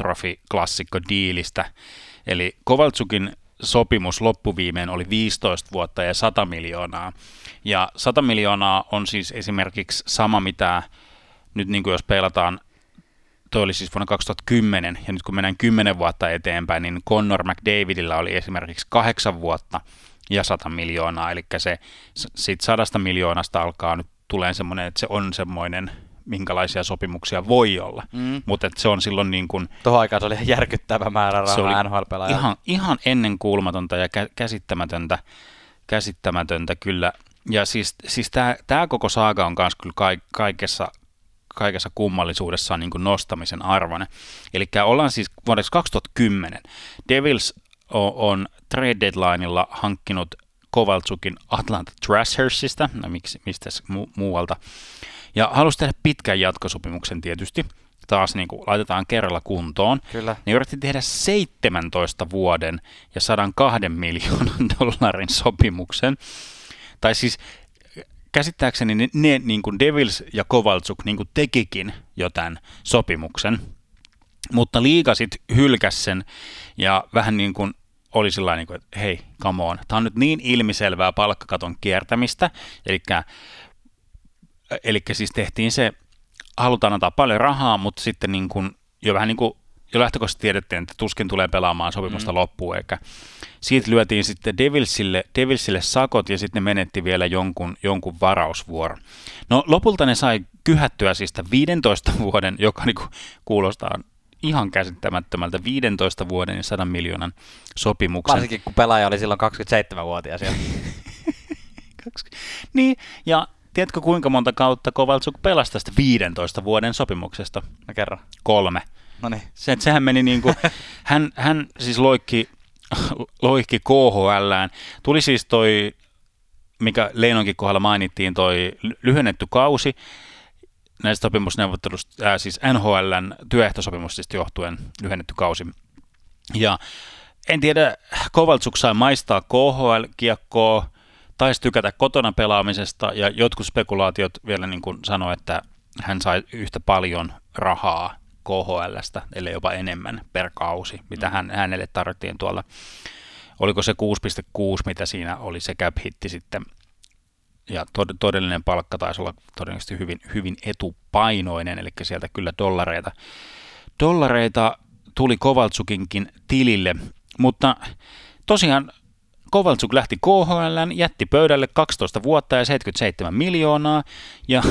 katastrofiklassikko-diilistä, eli Kovaltsukin sopimus loppuviimeen oli viisitoista vuotta ja sata miljoonaa, ja sata miljoonaa on siis esimerkiksi sama, mitä nyt niin kuin jos peilataan, toi oli siis vuonna kaksituhattakymmenen, ja nyt kun mennään kymmenen vuotta eteenpäin, niin Connor McDavidillä oli esimerkiksi kahdeksan vuotta ja sata miljoonaa, eli se siitä sadasta miljoonasta alkaa nyt tulee semmoinen, että se on semmoinen, minkälaisia sopimuksia voi olla, mm. mutta se on silloin niin kuin... Tuohon aikaan se oli järkyttävä määrä rahaa N H L-pelaajia. Ihan, ihan ennenkuulumatonta ja kä- käsittämätöntä, käsittämätöntä kyllä, ja siis, siis tämä koko saaga on myös kyllä ka- kaikessa kaikessa kummallisuudessaan niin kuin nostamisen arvoinen. Eli ollaan siis vuodeksi kaksituhattakymmenen. Devils on, on trade deadlineilla hankkinut Kovaltsukin Atlanta Thrashersista, no miksi, mistä mu- muualta, ja halusi tehdä pitkän jatkosopimuksen tietysti, taas niin kuin laitetaan kerralla kuntoon. Kyllä. Ne yritti tehdä seitsemäntoista vuoden ja sata kaksi miljoonan dollarin sopimuksen, tai siis käsittääkseni ne, ne niin kuin Devils ja Kovaltsuk niin kuin tekikin jo tämän sopimuksen, mutta liiga sitten hylkäsi sen ja vähän niin kuin oli sillä niin kuin, että hei, come on, tämä on nyt niin ilmiselvää palkkakaton kiertämistä, eli siis tehtiin se, halutaan antaa paljon rahaa, mutta sitten niin kuin, jo vähän niin kuin jo lähtökohtaisesti tiedettiin, että tuskin tulee pelaamaan sopimusta mm. loppuun, eikä siitä lyötiin sitten Devilsille, Devilsille sakot ja sitten ne menetti vielä jonkun, jonkun varausvuoron. No lopulta ne sai kyhättyä siis viidentoista vuoden, joka niinku kuulostaa ihan käsittämättömältä, viidentoista vuoden ja sadan miljoonan sopimuksen. Varsinkin kun pelaaja oli silloin kaksikymmentäseitsemänvuotias. Niin, ja tiedätkö kuinka monta kautta Kovaltsuk pelasi tästä viidentoista vuoden sopimuksesta? No kerro. Kolme. Noniin. Se, sehän meni niin kuin, hän, hän siis loikki, loikki K H L:ään. Tuli siis toi, mikä Leinonkin kohdalla mainittiin, toi lyhennetty kausi näistä sopimusneuvottelusta, ää, siis N H L:n työehtosopimuksista johtuen lyhennetty kausi. Ja en tiedä, Kovaltsuk sai maistaa K H L-kiekkoa, taisi tykätä kotona pelaamisesta, ja jotkut spekulaatiot vielä niin kuin sanoi, että hän sai yhtä paljon rahaa K H L:stä, ellei jopa enemmän per kausi, mitä hän, hänelle tarvittiin tuolla. Oliko se kuusi pilkku kuusi, mitä siinä oli se cap hitti sitten. ja tod- todellinen palkka taisi olla todennäköisesti hyvin, hyvin etupainoinen, eli sieltä kyllä dollareita, dollareita tuli Kovaltsukinkin tilille, mutta tosiaan Kovaltsuk lähti K H L:ään, jätti pöydälle kaksitoista vuotta ja seitsemänkymmentäseitsemän miljoonaa, ja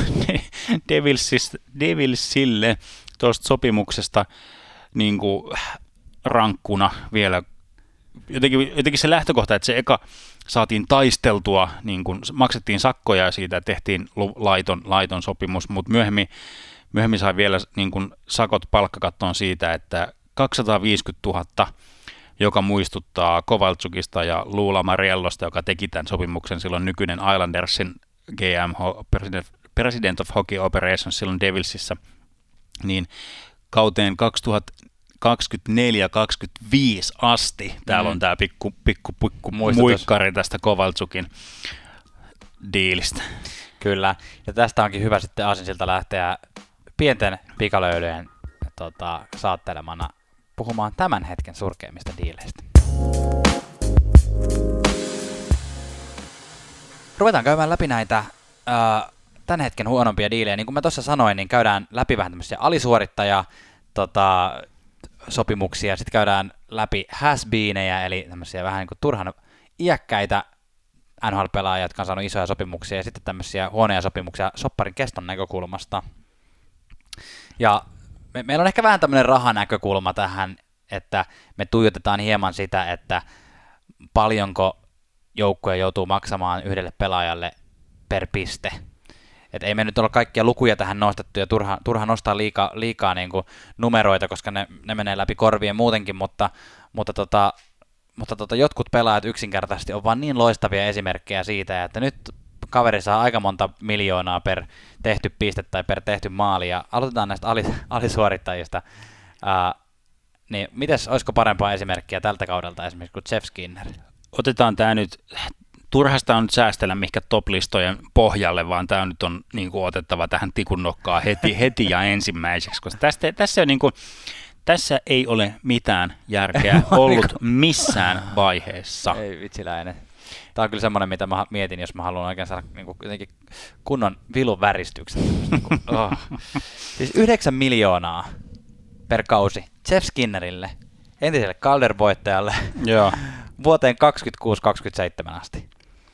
Devilsille tuosta sopimuksesta niin kuin rankkuna vielä, jotenkin, jotenkin se lähtökohta, että se eka saatiin taisteltua, niin kuin maksettiin sakkoja ja siitä tehtiin laiton, laiton sopimus, mutta myöhemmin, myöhemmin sai vielä niin kuin sakot palkkakattoon siitä, että kaksisataaviisikymmentätuhatta, joka muistuttaa Kovaltsukista ja Lou Lamoriellosta, joka teki tämän sopimuksen silloin nykyinen Islandersin G M, President of Hockey Operations silloin Devilsissä, niin kauteen kaksituhattakaksikymmentäneljä kaksikymmentäviisi asti. Täällä mm. on tämä pikku, pikku, pikku muikkari tästä Kovaltsukin diilistä. Kyllä, ja tästä onkin hyvä sitten aasinsilta lähteä pienten pikalöylyjen tota, saattelemana puhumaan tämän hetken surkeimmista diileistä. Ruvetaan käymään läpi näitä äh, tämän hetken huonompia diilejä. Niin kuin mä tuossa sanoin, niin käydään läpi vähän tämmöisiä alisuorittaja tota, sopimuksia, sitten käydään läpi has-beenejä, eli tämmöisiä vähän niin kuin turhan iäkkäitä N H L-pelaajia, jotka on saanut isoja sopimuksia, ja sitten tämmöisiä huonoja sopimuksia sopparin keston näkökulmasta. Ja me, meillä on ehkä vähän tämmöinen rahanäkökulma tähän, että me tuijotetaan hieman sitä, että paljonko joukkue joutuu maksamaan yhdelle pelaajalle per piste. Et ei me nyt ole kaikkia lukuja tähän nostettu ja turha, turha nostaa liikaa, liikaa niin kuin numeroita, koska ne, ne menee läpi korvien muutenkin, mutta, mutta, tota, mutta tota, jotkut pelaajat yksinkertaisesti on vaan niin loistavia esimerkkejä siitä, että nyt kaveri saa aika monta miljoonaa per tehty piste tai per tehty maali, ja aloitetaan näistä alisuorittajista. Ää, niin mites, olisiko parempaa esimerkkiä tältä kaudelta esimerkiksi kuin Jeff Skinner? Otetaan tämä nyt, turhasta on nyt säästellä mihinkä top-listojen pohjalle, vaan tämä nyt on niin kuin otettava tähän tikun nokkaan heti, heti ja ensimmäiseksi, koska tästä, tässä, niin kuin, tässä ei ole mitään järkeä ollut missään vaiheessa. Ei vitsiläinen. Tämä on kyllä semmoinen, mitä mä mietin, jos mä haluan oikein saada niin kuin, jotenkin kunnon vilun väristyksen. Niin kuin, oh. Siis yhdeksän miljoonaa per kausi Jeff Skinnerille, entiselle Calder-voittajalle, Joo. vuoteen kaksikymmentäkuusi kaksikymmentäseitsemän asti.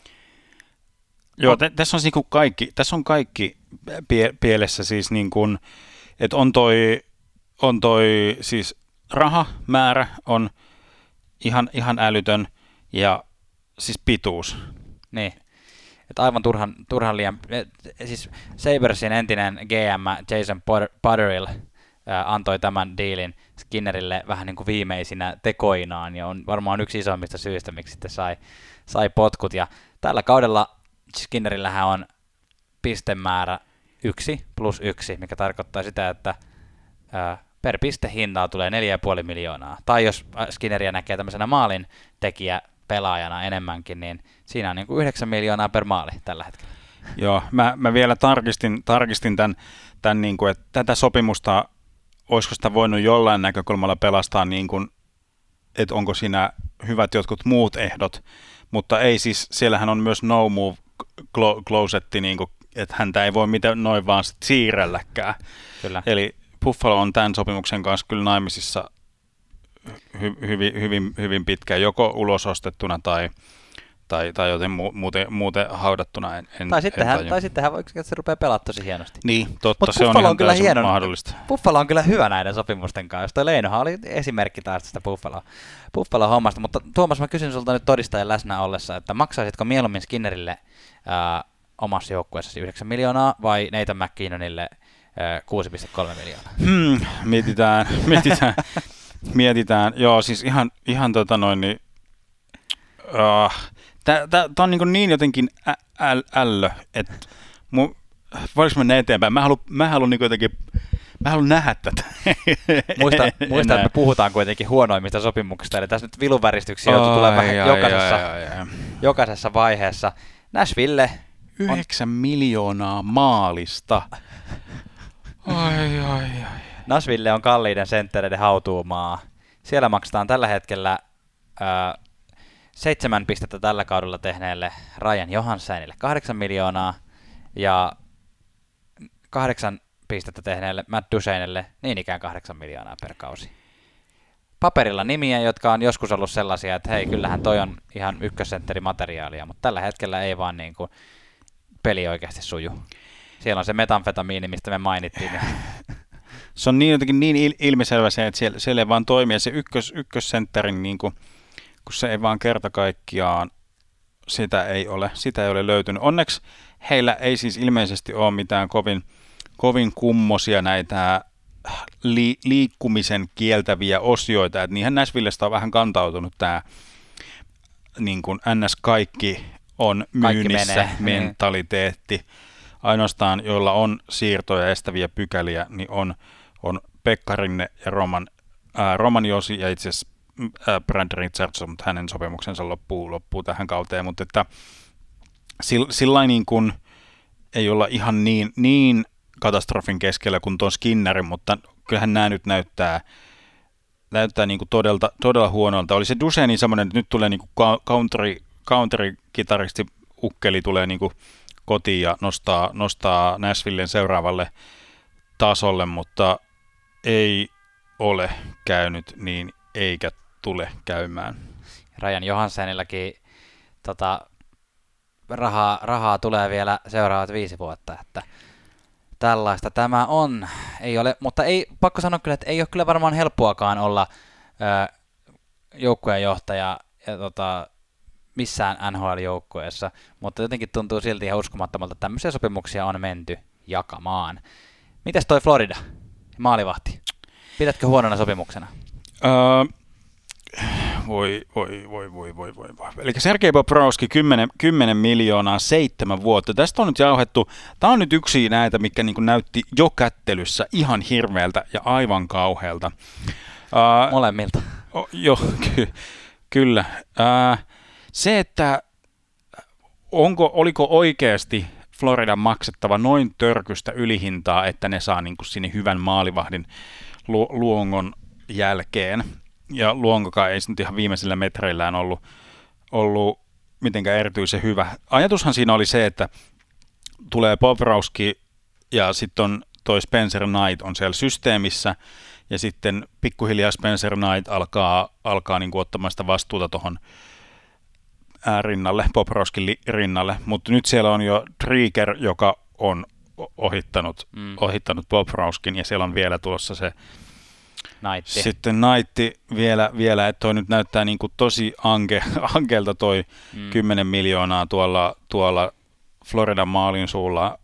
Joo, t- tässä on, niin kuin kaikki, tässä on kaikki pie- pielessä, siis niin kuin, että on toi, on toi siis rahamäärä on ihan, ihan älytön ja siis pituus. Niin, että aivan turhan, turhan liian, siis Sabersin entinen G M Jason Potterill antoi tämän diilin Skinnerille vähän niin kuin viimeisinä tekoinaan, ja on varmaan yksi isoimmista syistä, miksi sitten sai, sai potkut. Ja tällä kaudella Skinnerillähän on pistemäärä yksi plus yksi, mikä tarkoittaa sitä, että ää, per piste hintaa tulee neljä pilkku viisi miljoonaa. Tai jos Skinneria näkee tämmöisenä maalin tekijä pelaajana enemmänkin, niin siinä on niin kuin yhdeksän miljoonaa per maali tällä hetkellä. Joo, mä, mä vielä tarkistin, tarkistin tämän, tämän niin kuin, että tätä sopimusta olisiko sitä voinut jollain näkökulmalla pelastaa, niin kuin, että onko siinä hyvät jotkut muut ehdot, mutta ei siis, siellähän on myös no move closetti, niin kuin, että häntä ei voi mitään noin vaan sit siirrelläkään. Kyllä. Eli Buffalo on tämän sopimuksen kanssa kyllä naimisissa hy, hyvin, hyvin, hyvin pitkään, joko ulosostettuna tai Tai, tai joten muuten, muuten haudattuna. En, tai, sittenhän, tai sittenhän voiko se rupeaa pelaa tosi hienosti. Niin, totta, se on ihan täysin hieno, mahdollista. Buffalo on kyllä hyvä näiden sopimusten kanssa. Jos toi Leinohan oli esimerkki taas tästä Buffalo, Buffalo-hommasta. Mutta Tuomas, mä kysyn sulta nyt todistajan läsnä ollessa, että maksaisitko mieluummin Skinnerille ää, omassa joukkueessasi yhdeksän miljoonaa vai Nathan McKinnonille ää, kuusi pilkku kolme miljoonaa? Hmm, mietitään, mietitään, mietitään. Joo, siis ihan, ihan tota noin, niin... Uh, Tämä on niin, niin jotenkin ä, äl, ällö, että mu, voiko mennä eteenpäin? Mä haluan, mä haluan niin jotenkin, mä haluan nähdä tätä. Muista, muista että me puhutaan kuitenkin huonoimmista sopimuksista, eli tässä nyt vilunväristyksiä joutuu tulee vähän ai, jokaisessa, ai, ai, ai. jokaisessa vaiheessa. Nashville Yhdeksän on... miljoonaa maalista. Ai, ai, ai. Nashville on kalliiden senttereiden hautuumaa. Siellä maksetaan tällä hetkellä... Ää, seitsemän pistettä tällä kaudella tehneelle Ryan Johansenille kahdeksan miljoonaa ja kahdeksan pistettä tehneelle Matt Duchenelle niin ikään kahdeksan miljoonaa per kausi. Paperilla nimiä, jotka on joskus ollut sellaisia, että hei, kyllähän toi on ihan ykkössentterimateriaalia, mutta tällä hetkellä ei vaan niin kuin peli oikeasti suju. Siellä on se metamfetamiini, mistä me mainittiin. Se on niin jotenkin niin ilmiselvä se, että siellä, siellä ei vaan toimia se ykkös, ykkössentterin, niin kuin, kun se ei vaan kerta kaikkiaan, sitä ei ole, sitä ei ole löytynyt. Onneksi heillä ei siis ilmeisesti ole mitään kovin, kovin kummosia näitä li, liikkumisen kieltäviä osioita, että niinhän Nashvillestä on vähän kantautunut tämä niin kuin N S kaikki on myynnissä kaikki mentaliteetti. Ainoastaan, joilla on siirtoja estäviä pykäliä, niin on, on Pekka Rinne ja Roman, ää, Roman Josi ja itse asiassa ää, Brad Richardson, mutta hänen sopimuksensa loppuu, loppuu tähän kauteen, mutta että sillä, sillä niin kuin ei olla ihan niin, niin katastrofin keskellä kuin tuon Skinnerin, mutta kyllähän nämä nyt näyttää, näyttää niin kuin todella, todella huonolta. Oli se Duchesne semmoinen, että nyt tulee niin kuin country, country-kitaristi ukkeli tulee niin kuin kotiin ja nostaa, nostaa Nashvillen seuraavalle tasolle, mutta ei ole käynyt niin eikä tule käymään. Ryan Johanssenillakin tota, rahaa, rahaa tulee vielä seuraavat viisi vuotta, että tällaista tämä on. Ei ole, mutta ei, pakko sanoa kyllä, että ei ole kyllä varmaan helppoakaan olla ö, joukkueenjohtaja ja tota, missään N H L-joukkueessa, mutta jotenkin tuntuu silti ihan uskomattomalta, että tämmöisiä sopimuksia on menty jakamaan. Mites toi Florida, maalivahti? Pidätkö huonona sopimuksena? Öö, voi, voi, voi, voi, voi, voi, voi. Eli Sergei Bobrovsky kymmenen, kymmenen miljoonaa seitsemän vuotta. Tästä on nyt jauhettu. Tämä on nyt yksi näitä, mikä niin kuin näytti jo kättelyssä ihan hirveältä ja aivan kauhealta. Öö, Molemmilta. O, joo, ky- kyllä. Öö, Se, että onko, oliko oikeasti Floridan maksettava noin törkystä ylihintaa, että ne saa niin kuin sinne hyvän maalivahdin lu- Luongon jälkeen. Ja Luongokaan ei nyt ihan viimeisillä metreillään ollut, ollut mitenkään erityisen hyvä. Ajatushan siinä oli se, että tulee Bobrovsky ja sitten on toi Spencer Knight on siellä systeemissä ja sitten pikkuhiljaa Spencer Knight alkaa, alkaa niin kuin ottamaan sitä vastuuta tuohon rinnalle, Bobrovskin rinnalle, mutta nyt siellä on jo Drieger, joka on ohittanut, mm. ohittanut Bobrovskin, ja siellä on vielä tulossa se Naitti. Sitten Naitti vielä, vielä että toi nyt näyttää niin kuin tosi anke, ankelta toi mm. kymmenen miljoonaa tuolla, tuolla Floridan maalin suulla.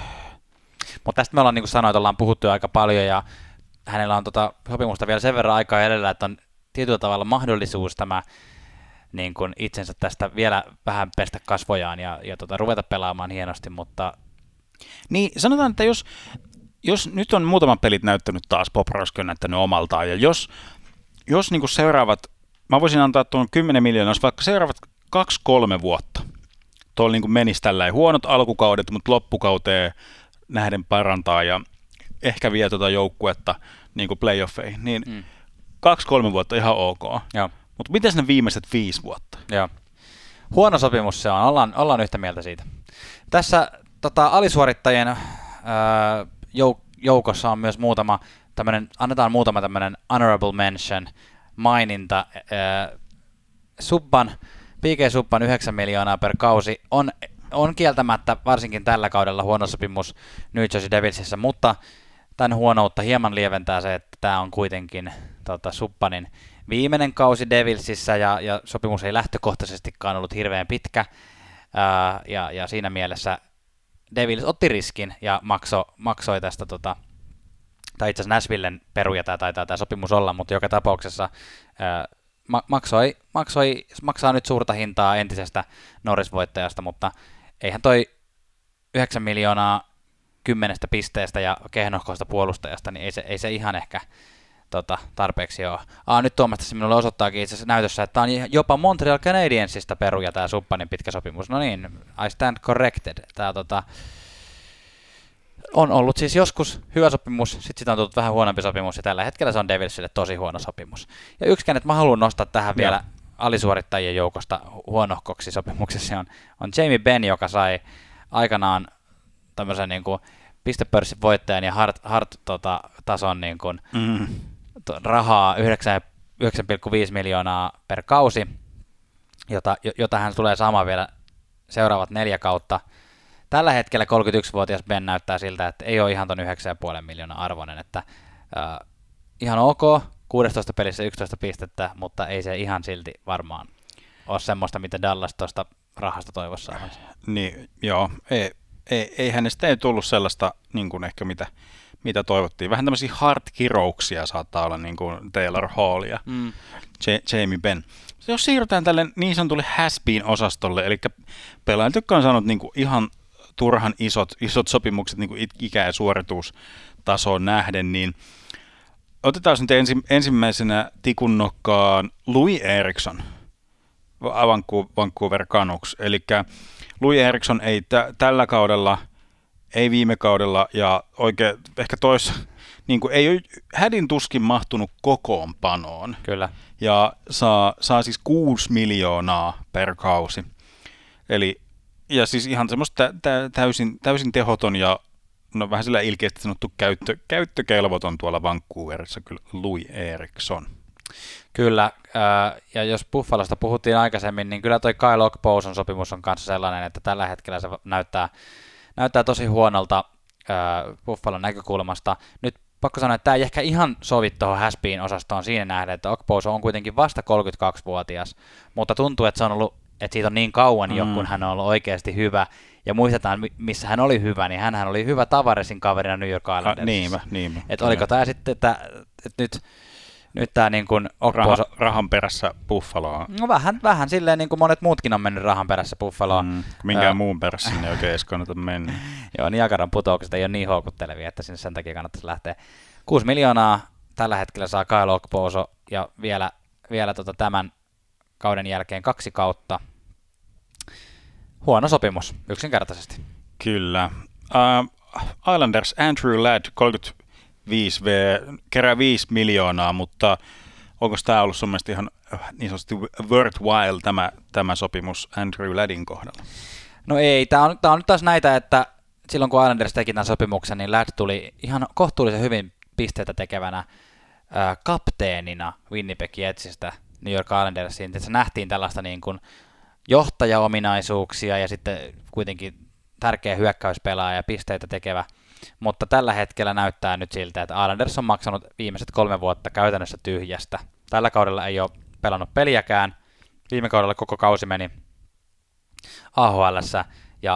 Mutta tästä me ollaan, niin kuin sanoit, ollaan puhuttu aika paljon, ja hänellä on tota sopimusta vielä sen verran aikaa edellä, että on tietyllä tavalla mahdollisuus tämä niin kuin itsensä tästä vielä vähän pestä kasvojaan ja, ja tota, ruveta pelaamaan hienosti, mutta niin sanotaan, että jos, jos nyt on muutaman pelit näyttänyt taas, Bobrovsky on näyttänyt omaltaan, ja jos, jos niin kuin seuraavat, mä voisin antaa tuon kymmenen miljoonaa, jos vaikka seuraavat kaksi kolme vuotta, tuolla niin kuin menisi tällä huonot alkukaudet, mutta loppukauteen nähden parantaa ja ehkä vie tuota joukkuetta niin kuin playoffeihin, niin mm. kaksi kolme vuotta ihan ok. Joo. Mutta miten ne viimeiset viisi vuotta? Joo. Huono sopimus se on, ollaan, ollaan yhtä mieltä siitä. Tässä tota, alisuorittajien ää, jouk- joukossa on myös muutama tämmönen, annetaan muutama tämmöinen honorable mention, maininta. Ää, Subban, P K Subban yhdeksän miljoonaa per kausi on, on kieltämättä varsinkin tällä kaudella huono sopimus New Jersey Devilsissä, mutta tämän huonoutta hieman lieventää se, että tämä on kuitenkin tota, Subbanin viimeinen kausi Devilsissä ja, ja sopimus ei lähtökohtaisestikaan ollut hirveän pitkä ää, ja, ja siinä mielessä Devils otti riskin ja makso, maksoi tästä, tota, tai itse asiassa Nashvillen peruja tämä taitaa tämä sopimus olla, mutta joka tapauksessa ää, ma- maksoi, maksoi, maksaa nyt suurta hintaa entisestä Norris-voittajasta, mutta eihän toi yhdeksän miljoonaa kymmenestä pisteestä ja kehnohkoista puolustajasta, niin ei se, ei se ihan ehkä Tota, tarpeeksi joo. Aa, nyt Tuomas tässä minulle osoittaakin itse asiassa näytössä, että tämä on jopa Montreal Canadiensista peruja tämä Subbanin pitkä sopimus. No niin, I stand corrected. Tämä tota, on ollut siis joskus hyvä sopimus, sitten siitä on tullut vähän huonompi sopimus, ja tällä hetkellä se on Devilsille tosi huono sopimus. Ja yksi, kenet mä haluan nostaa tähän vielä alisuorittajien joukosta huonohkoksi sopimuksessa on, on Jamie Benn, joka sai aikanaan tämmöisen niin kuin pistepörssin voittajan ja hard, hard tota, tason niin kuin, mm. to, rahaa yhdeksän pilkku viisi miljoonaa per kausi, jota, jota hän tulee saamaan vielä seuraavat neljä kautta. Tällä hetkellä kolmekymmentäyksivuotias Ben näyttää siltä, että ei ole ihan ton yhdeksän pilkku viisi miljoonaa arvoinen, että äh, ihan ok, kuusitoista pelissä yksitoista pistettä, mutta ei se ihan silti varmaan ole semmoista, mitä Dallas tuosta rahasta toivossa on. Niin, joo, ei, ei, ei hänestä ei tullut sellaista, niin kuin ehkä mitä, mitä toivottiin. Vähän tämmöisiä hard-kirouksia saattaa olla, niin kuin Taylor Hall ja mm. J- Jamie Benn. Jos siirrytään tälle niin sanotulle has-been-osastolle, eli pelaajat, jotka on saanut niin kuin ihan turhan isot, isot sopimukset niin kuin ikä- ja suoritustasoon nähden, niin otetaan nyt ensi, ensimmäisenä tikun nokkaan Louis Eriksson, Vancouver Canucks. Eli Louis Eriksson ei t- tällä kaudella, ei viime kaudella ja oikein ehkä tois, niin kuin ei ole hädin tuskin mahtunut kokoonpanoon. Kyllä. Ja saa, saa siis kuusi miljoonaa per kausi. Eli, ja siis ihan semmoista tä, täysin, täysin tehoton ja no vähän sillä ilkeästi sanottu käyttö, käyttökelvoton tuolla Vancouverissa kyllä Louis Eriksson. Kyllä, ja jos Buffalosta puhuttiin aikaisemmin, niin kyllä toi Kyle Okposon sopimus on kanssa sellainen, että tällä hetkellä se näyttää, näyttää tosi huonolta Buffalon näkökulmasta. Nyt pakko sanoa, että tämä ei ehkä ihan sovi tuohon has-been-osastoon siinä nähdä, että Okposo on kuitenkin vasta kolmekymmentäkaksivuotias, mutta tuntuu, että se on ollut, että siitä on niin kauan mm. jo, kun hän on ollut oikeasti hyvä. Ja muistetaan, missä hän oli hyvä, niin hänhän oli hyvä Tavaresin kaverina New York Islandersissa. Ah, niinpä, niinpä. Että oliko tämä sitten, että, että nyt, nyt tämä niin kuin Raha, rahan perässä Buffaloa. No vähän, vähän silleen niin kuin monet muutkin on mennyt rahan perässä Buffaloa. Mm, minkään äh. muun perässä sinne oikein edes kannata mennä. Joo, Niagaran putoukset ei ole niin houkuttelevia, että sinne sen takia kannattaisi lähteä. Kuusi miljoonaa tällä hetkellä saa Kyle Okposo ja vielä, vielä tota tämän kauden jälkeen kaksi kautta. Huono sopimus, yksinkertaisesti. Kyllä. Uh, Islanders Andrew Ladd, kolmekymmentäviisi vuotias, kerää viisi miljoonaa, mutta onko tämä ollut sun mielestä ihan niin sanotusti worthwhile tämä, tämä sopimus Andrew Laddin kohdalla? No ei, tämä on, tämä on nyt taas näitä, että silloin kun Islanders teki tämän sopimuksen, niin Ladd tuli ihan kohtuullisen hyvin pisteitä tekevänä äh, kapteenina Winnipeg Jetsistä New York Islandersiin, että se nähtiin tällaista niin kuin johtajaominaisuuksia ja sitten kuitenkin tärkeä hyökkäyspelaaja ja pisteitä tekevä, mutta tällä hetkellä näyttää nyt siltä, että Islanders on maksanut viimeiset kolme vuotta käytännössä tyhjästä. Tällä kaudella ei ole pelannut peliäkään, viime kaudella koko kausi meni A H L:ssä ja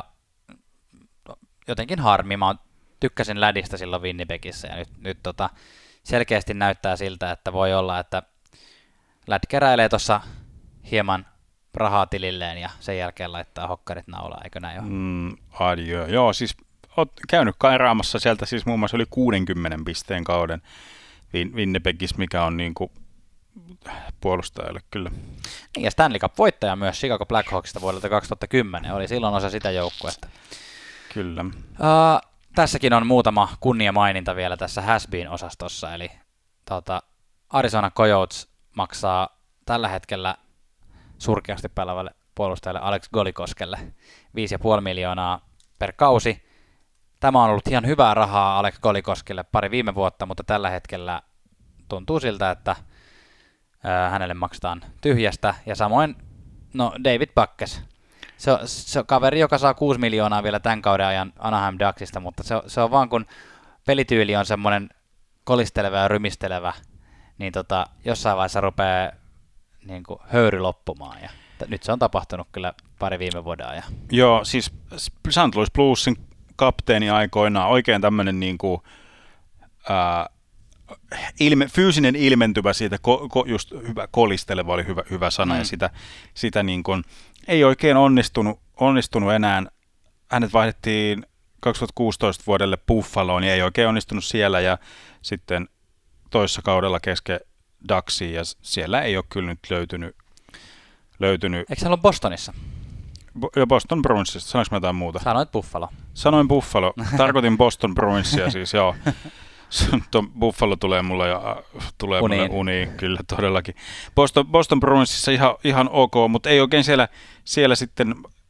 jotenkin harmi, mä tykkäsin Laddista silloin Winnipegissä ja nyt, nyt tota, selkeästi näyttää siltä, että voi olla, että Ladd keräilee tuossa hieman rahaa tililleen ja sen jälkeen laittaa hokkarit naulaan, eikö näin ole? Mm, adio. Joo, siis olet käynyt kairaamassa sieltä siis muun muassa yli kuudenkymmenen pisteen kauden Winnipegissä, mikä on niin kuin puolustajalle kyllä. Niin, ja Stanley Cup-voittaja myös Chicago Blackhawksista vuodelta kaksituhattakymmenen, oli silloin osa sitä joukkuetta. Kyllä. Uh, tässäkin on muutama kunnia maininta vielä tässä has-been-osastossa, eli tota, Arizona Coyotes maksaa tällä hetkellä surkeasti pelaavalle puolustajalle Alex Golikoskelle viisi pilkku viisi miljoonaa per kausi. Tämä on ollut ihan hyvää rahaa Alex Golikoskelle pari viime vuotta, mutta tällä hetkellä tuntuu siltä, että ää, hänelle maksetaan tyhjästä. Ja samoin no David Backes. Se on, se on kaveri, joka saa kuusi miljoonaa vielä tämän kauden ajan Anaheim Ducksista, mutta se, se on vaan kun pelityyli on semmoinen kolisteleva ja rymistelevä, niin tota, jossain vaiheessa rupeaa niin kuin höyry loppumaan, ja t- nyt se on tapahtunut kyllä pari viime vuoden ajan. Joo, siis Saint Louis Bluesin kapteeni aikoinaan, oikein tämmöinen niin kuin, ää, ilme, fyysinen ilmentyvä siitä, ko, ko, just hyvä, kolisteleva oli hyvä, hyvä sana, mm. ja sitä, sitä niin kuin, ei oikein onnistunut, onnistunut enää. Hänet vaihdettiin kaksituhattakuusitoista vuodelle Buffaloon, niin ei oikein onnistunut siellä, ja sitten toissa kaudella kesken Ducksiin, ja siellä ei ole kyllä nyt löytynyt. löytynyt. Eikö se ollut Bostonissa? Bo- Boston Bruinsista, sanoinko mä jotain muuta? Sanoit Buffalo. Sanoin Buffalo, tarkoitin Boston Bruinsia siis, joo. Tuo Buffalo tulee mulle ja tulee uniin. mulle uniin, kyllä todellakin. Boston, Boston Bruinsissa ihan, ihan ok, mutta ei oikein siellä, siellä sitten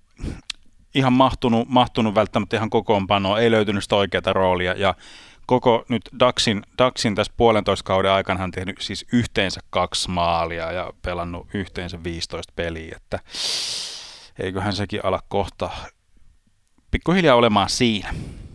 ihan mahtunut, mahtunut välttämättä ihan kokoonpanoa, ei löytynyt sitä oikeaa roolia ja koko nyt Ducksin, Ducksin tässä puolentoista kauden aikana hän tehnyt siis yhteensä kaksi maalia ja pelannut yhteensä viisitoista peliä, että eiköhän sekin ala kohta pikkuhiljaa olemaan siinä.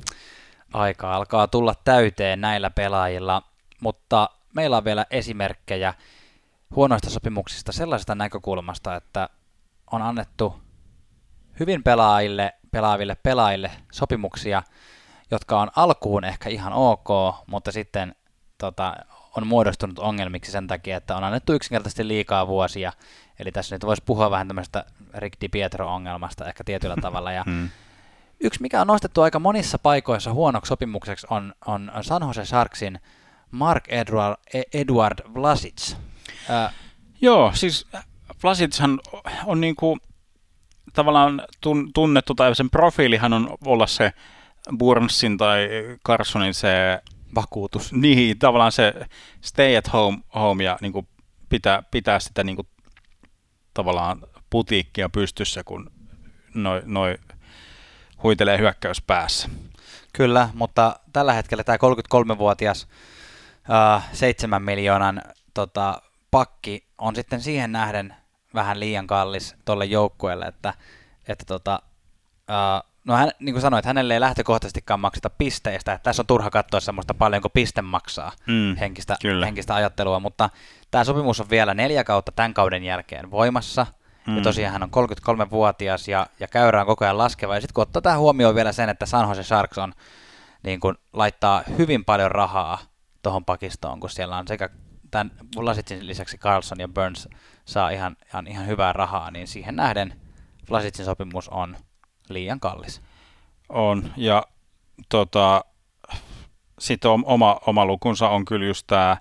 Aika alkaa tulla täyteen näillä pelaajilla, mutta meillä on vielä esimerkkejä huonoista sopimuksista sellaisesta näkökulmasta, että on annettu hyvin pelaajille, pelaaville pelaajille sopimuksia, jotka on alkuun ehkä ihan ok, mutta sitten tota, on muodostunut ongelmiksi sen takia, että on annettu yksinkertaisesti liikaa vuosia. Eli tässä nyt voisi puhua vähän tämmöistä Rick DiPietro-ongelmasta ehkä tietyllä tavalla. Ja hmm. Yksi, mikä on nostettu aika monissa paikoissa huonoksi sopimukseksi, on, on San Jose Sharksin Mark Edward, Edward Vlasic. Äh, Joo, siis Vlasichan on niinku tavallaan tunnettu, tai sen profiilihan on olla se Burnsin tai Carsonin se vakuutus. Niin, tavallaan se stay at home, home ja niinku pitää, pitää sitä niinku tavallaan putiikkia pystyssä, kun noi, noi huitelee hyökkäys päässä. Kyllä, mutta tällä hetkellä tämä kolmekymmentäkolmevuotias äh, seitsemän miljoonan tota, pakki on sitten siihen nähden vähän liian kallis tolle joukkueelle, että, että tota, äh, no hän, niin kuin sanoit, hänelle ei lähtökohtaisestikaan makseta pisteistä, että tässä on turha katsoa semmoista paljonko piste maksaa mm, henkistä, henkistä ajattelua, mutta tämä sopimus on vielä neljä kautta tämän kauden jälkeen voimassa, mm. ja tosiaan hän on kolmekymmentäkolmevuotias ja, ja käyrä on koko ajan laskeva, ja sitten kun ottaa tähän huomioon vielä sen, että San Jose Sharks on, niin kun laittaa hyvin paljon rahaa tuohon pakistoon, kun siellä on sekä tämän Vlasicin lisäksi Carlson ja Burns saa ihan, ihan, ihan hyvää rahaa, niin siihen nähden Vlasicin sopimus on liian kallis. On, ja tota, sitten oma, oma lukunsa on kyllä just tämä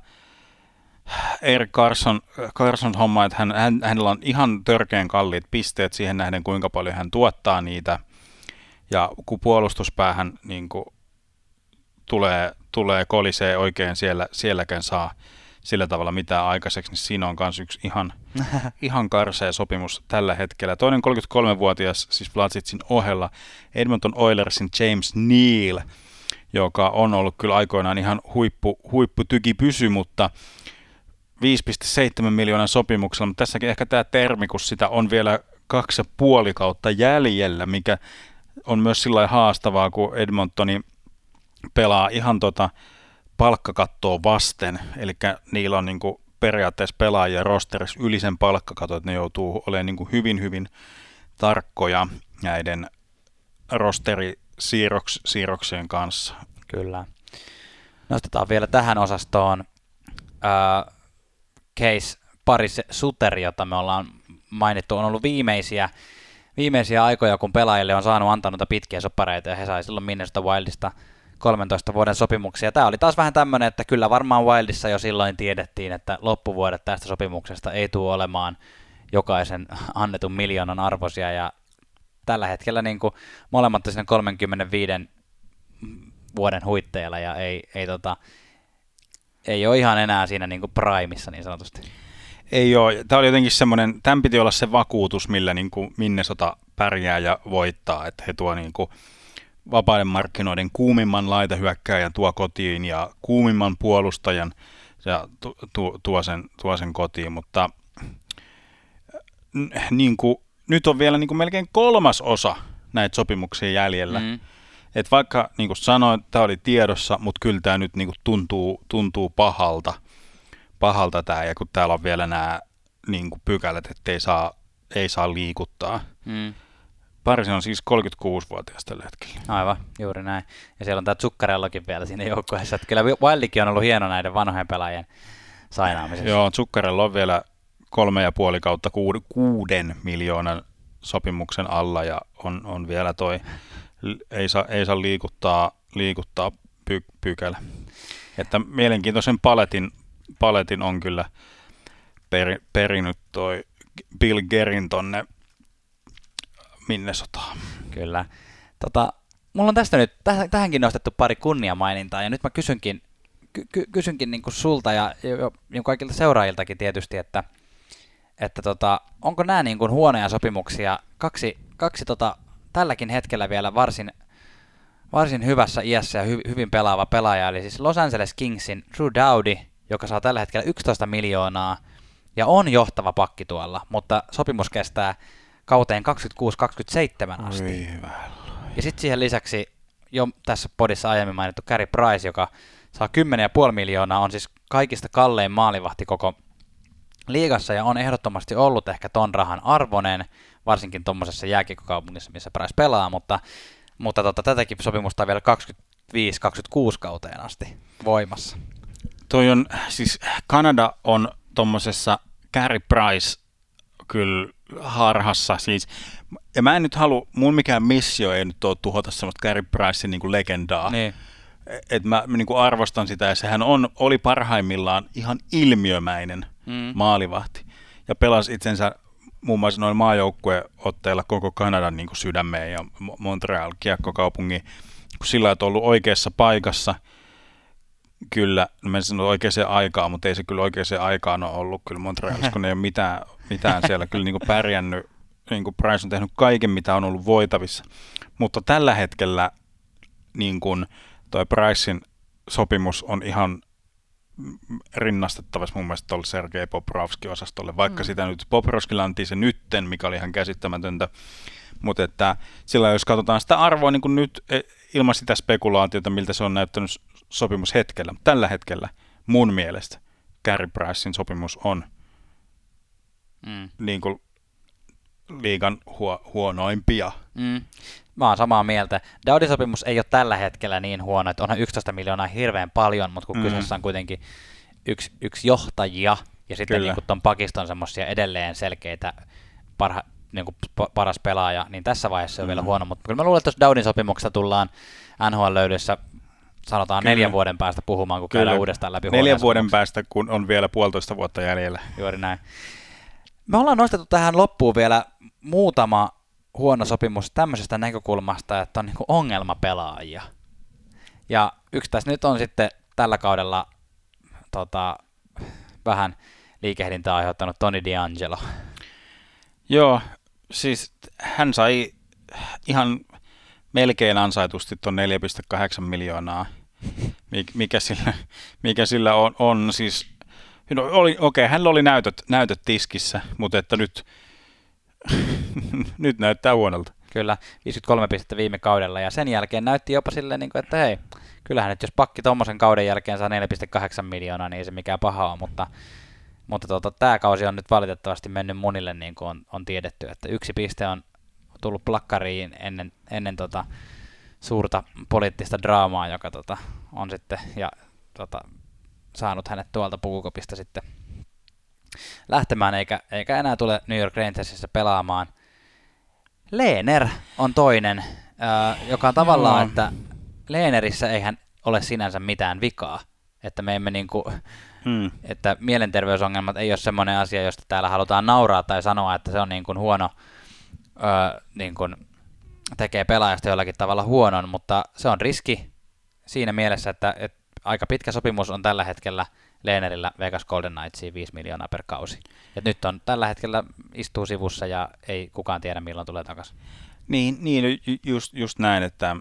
Erik Carson, Carson homma, että hän, hän, hänellä on ihan törkeän kalliit pisteet siihen nähden, kuinka paljon hän tuottaa niitä, ja kun puolustuspäähän niin kun tulee, tulee kolisee oikein siellä, sielläkään saa sillä tavalla mitään aikaiseksi, niin siinä on myös yksi ihan, ihan karsea sopimus tällä hetkellä. Toinen kolmekymmentäkolmevuotias, siis Vlasicin ohella, Edmonton Oilersin James Neal, joka on ollut kyllä aikoinaan ihan huippu, huipputyki pysy, mutta viisi pilkku seitsemän miljoonan sopimuksella, mutta tässäkin ehkä tämä termi, kun sitä on vielä kaksi ja puoli kautta jäljellä, mikä on myös sillä lailla haastavaa, kun Edmontoni pelaa ihan tota palkkakattoa vasten, eli niillä on niinku periaatteessa pelaajia rosterissa yli sen palkkakaton, että ne joutuu olemaan niinku hyvin, hyvin tarkkoja näiden rosterisiirroksien kanssa. Kyllä. Nostetaan vielä tähän osastoon äh, case Paris Suter, jota me ollaan mainittu, on ollut viimeisiä, viimeisiä aikoja, kun pelaajille on saanut antaa noita pitkiä soppareita, ja he sai silloin Minnesota Wildista kolmentoista vuoden sopimuksia. Tämä oli taas vähän tämmöinen, että kyllä varmaan Wildissa jo silloin tiedettiin, että loppuvuodet tästä sopimuksesta ei tule olemaan jokaisen annetun miljoonan arvoisia, ja tällä hetkellä niin kuin molemmat siinä kolmekymmentäviisi vuoden huitteilla, ja ei, ei, tota, ei ole ihan enää siinä niin kuin primeissa niin sanotusti. Ei ole. Tämä oli jotenkin semmoinen, tämän piti olla se vakuutus, millä niin kuin Minnesota pärjää ja voittaa, että he tuo niin kuin vapaiden markkinoiden kuumimman laitahyökkääjän tuo kotiin ja kuumimman puolustajan ja tu, tu, tuo, sen, tuo sen kotiin, mutta niin kuin, nyt on vielä niin kuin melkein kolmas osa näitä sopimuksia jäljellä. Mm. Et vaikka niin kuin sanoin, tämä oli tiedossa, mutta kyllä tämä nyt niin kuin tuntuu, tuntuu pahalta, pahalta tämä, ja kun täällä on vielä nämä niin kuin pykälät, että ei saa, ei saa liikuttaa. Mm. Paris on siis kolmekymmentäkuusivuotias tällä hetkellä. Aivan, juuri näin. Ja siellä on tämä Zuccarellakin vielä siinä joukkueessa. Että kyllä Wildikin on ollut hieno näiden vanhojen pelaajien sainaamisessa. Joo, Zuccarella on vielä kolme ja puoli kautta kuuden miljoonan sopimuksen alla, ja on, on vielä toi, ei saa, ei saa liikuttaa, liikuttaa py, pykälä. Että mielenkiintoisen paletin, paletin on kyllä peri, perinyt toi Bill Guerin tonne Minnesotaan. Kyllä. Tota, mulla on tästä nyt täh- tähänkin nostettu pari kunniamainintaa, ja nyt mä kysynkin ky- ky- kysynkin niin kuin sulta ja, ja, ja kaikilta seuraajiltakin tietysti, että, että tota, onko nämä niin kuin huonoja sopimuksia, kaksi, kaksi tota, tälläkin hetkellä vielä varsin, varsin hyvässä iässä ja hy- hyvin pelaava pelaaja, eli siis Los Angeles Kingsin Drew Doughty, joka saa tällä hetkellä yksitoista miljoonaa ja on johtava pakki tuolla, mutta sopimus kestää kauteen kaksikymmentäkuusi kaksikymmentäseitsemän asti. Ja sitten siihen lisäksi jo tässä podissa aiemmin mainittu Carey Price, joka saa kymmenen pilkku viisi miljoonaa, on siis kaikista kallein maalivahti koko liigassa ja on ehdottomasti ollut ehkä ton rahan arvoinen, varsinkin tuommoisessa jääkiekkokaupungissa, missä Price pelaa, mutta, mutta tota, tätäkin sopimusta on vielä kaksikymmentäviisi kaksikymmentäkuusi kauteen asti voimassa. Toi on, siis Kanada on tuommoisessa Carey Price kyllä harhassa, siis, ja mä en nyt halua, mun mikään missio ei nyt ole tuhota semmoista Carey Pricein niin kuin legendaa, Niin. että mä, mä niin kuin arvostan sitä, ja sehän on, oli parhaimmillaan ihan ilmiömäinen mm. maalivahti, ja pelasi itsensä muun muassa noin maajoukkueotteilla koko Kanadan niin kuin sydämeen ja Montreal kiekkokaupungin, kun sillä on ollut oikeassa paikassa, kyllä, no mä en sano oikeaan aikaan, mutta ei se kyllä oikeaan aikaan ole ollut kyllä Montrealissa, kun ei ole mitään, mitään siellä kyllä niin kuin pärjännyt, niin kuin Price on tehnyt kaiken, mitä on ollut voitavissa, mutta tällä hetkellä niin kuin toi Pricein sopimus on ihan rinnastettavassa mun mielestä tuolle Sergei Bobrovski-osastolle, vaikka mm. sitä nyt Bobrovskilla antiin se nytten, mikä oli ihan käsittämätöntä, mutta että sillä jos katsotaan sitä arvoa niin kuin nyt ilman sitä spekulaatiota, miltä se on näyttänyt sopimushetkellä, tällä hetkellä mun mielestä Carey Pricein sopimus on mm. niin kuin liigan huo, huonoimpia. Mm. Mä oon samaa mieltä. Doughtyn sopimus ei ole tällä hetkellä niin huono, että onhan yksitoista miljoonaa hirveän paljon, mutta kun mm. kyseessä on kuitenkin yksi, yksi johtajia ja sitten niin ton pakiston semmoisia edelleen selkeitä parha, niin kuin paras pelaaja, niin tässä vaiheessa se on mm. vielä huono, mutta kyllä mä luulen, että tuossa Doughtyn sopimuksessa tullaan N H L-löydössä sanotaan kyllä. neljän vuoden päästä puhumaan, kun kyllä. käydään uudestaan läpi. Neljän vuoden päästä, kun on vielä puolitoista vuotta jäljellä. Juuri näin. Me ollaan nostettu tähän loppuun vielä muutama huono sopimus tämmöisestä näkökulmasta, että on niin kuin ongelmapelaajia. Ja yksi tässä nyt on sitten tällä kaudella tota, vähän liikehdintää aiheuttanut Tony DeAngelo. Joo, siis hän sai ihan melkein ansaitusti tuon neljä pilkku kahdeksan miljoonaa, mikä sillä, mikä sillä on, on siis, no oli, okei, hänellä oli näytöt, näytöt tiskissä, mutta että nyt, nyt näyttää huonolta. Kyllä, viisikymmentäkolme pistettä viime kaudella, ja sen jälkeen näytti jopa silleen, että hei, kyllähän nyt jos pakki tommosen kauden jälkeen saa neljä pilkku kahdeksan miljoonaa, niin ei se mikään paha ole, mutta, mutta tuota, tämä kausi on nyt valitettavasti mennyt monille, niin kuin on, on tiedetty, että yksi piste on tullut plakkariin ennen, ennen tota suurta poliittista draamaa, joka tota on sitten ja tota, saanut hänet tuolta pukukopista sitten lähtemään, eikä, eikä enää tule New York Rangersissa pelaamaan. Lehner on toinen, ää, joka on tavallaan, no. että Lehnerissä eihän ole sinänsä mitään vikaa, että me emme niinku, hmm. että mielenterveysongelmat ei ole semmoinen asia, josta täällä halutaan nauraa tai sanoa, että se on niin kuin huono, öö, niin kuin tekee pelaajasta jollakin tavalla huonon, mutta se on riski siinä mielessä, että, että aika pitkä sopimus on tällä hetkellä Lehnerillä Vegas Golden Knightsiin viisi miljoonaa per kausi. Et nyt on tällä hetkellä istuu sivussa ja ei kukaan tiedä milloin tulee takaisin. Niin, niin just, just näin, että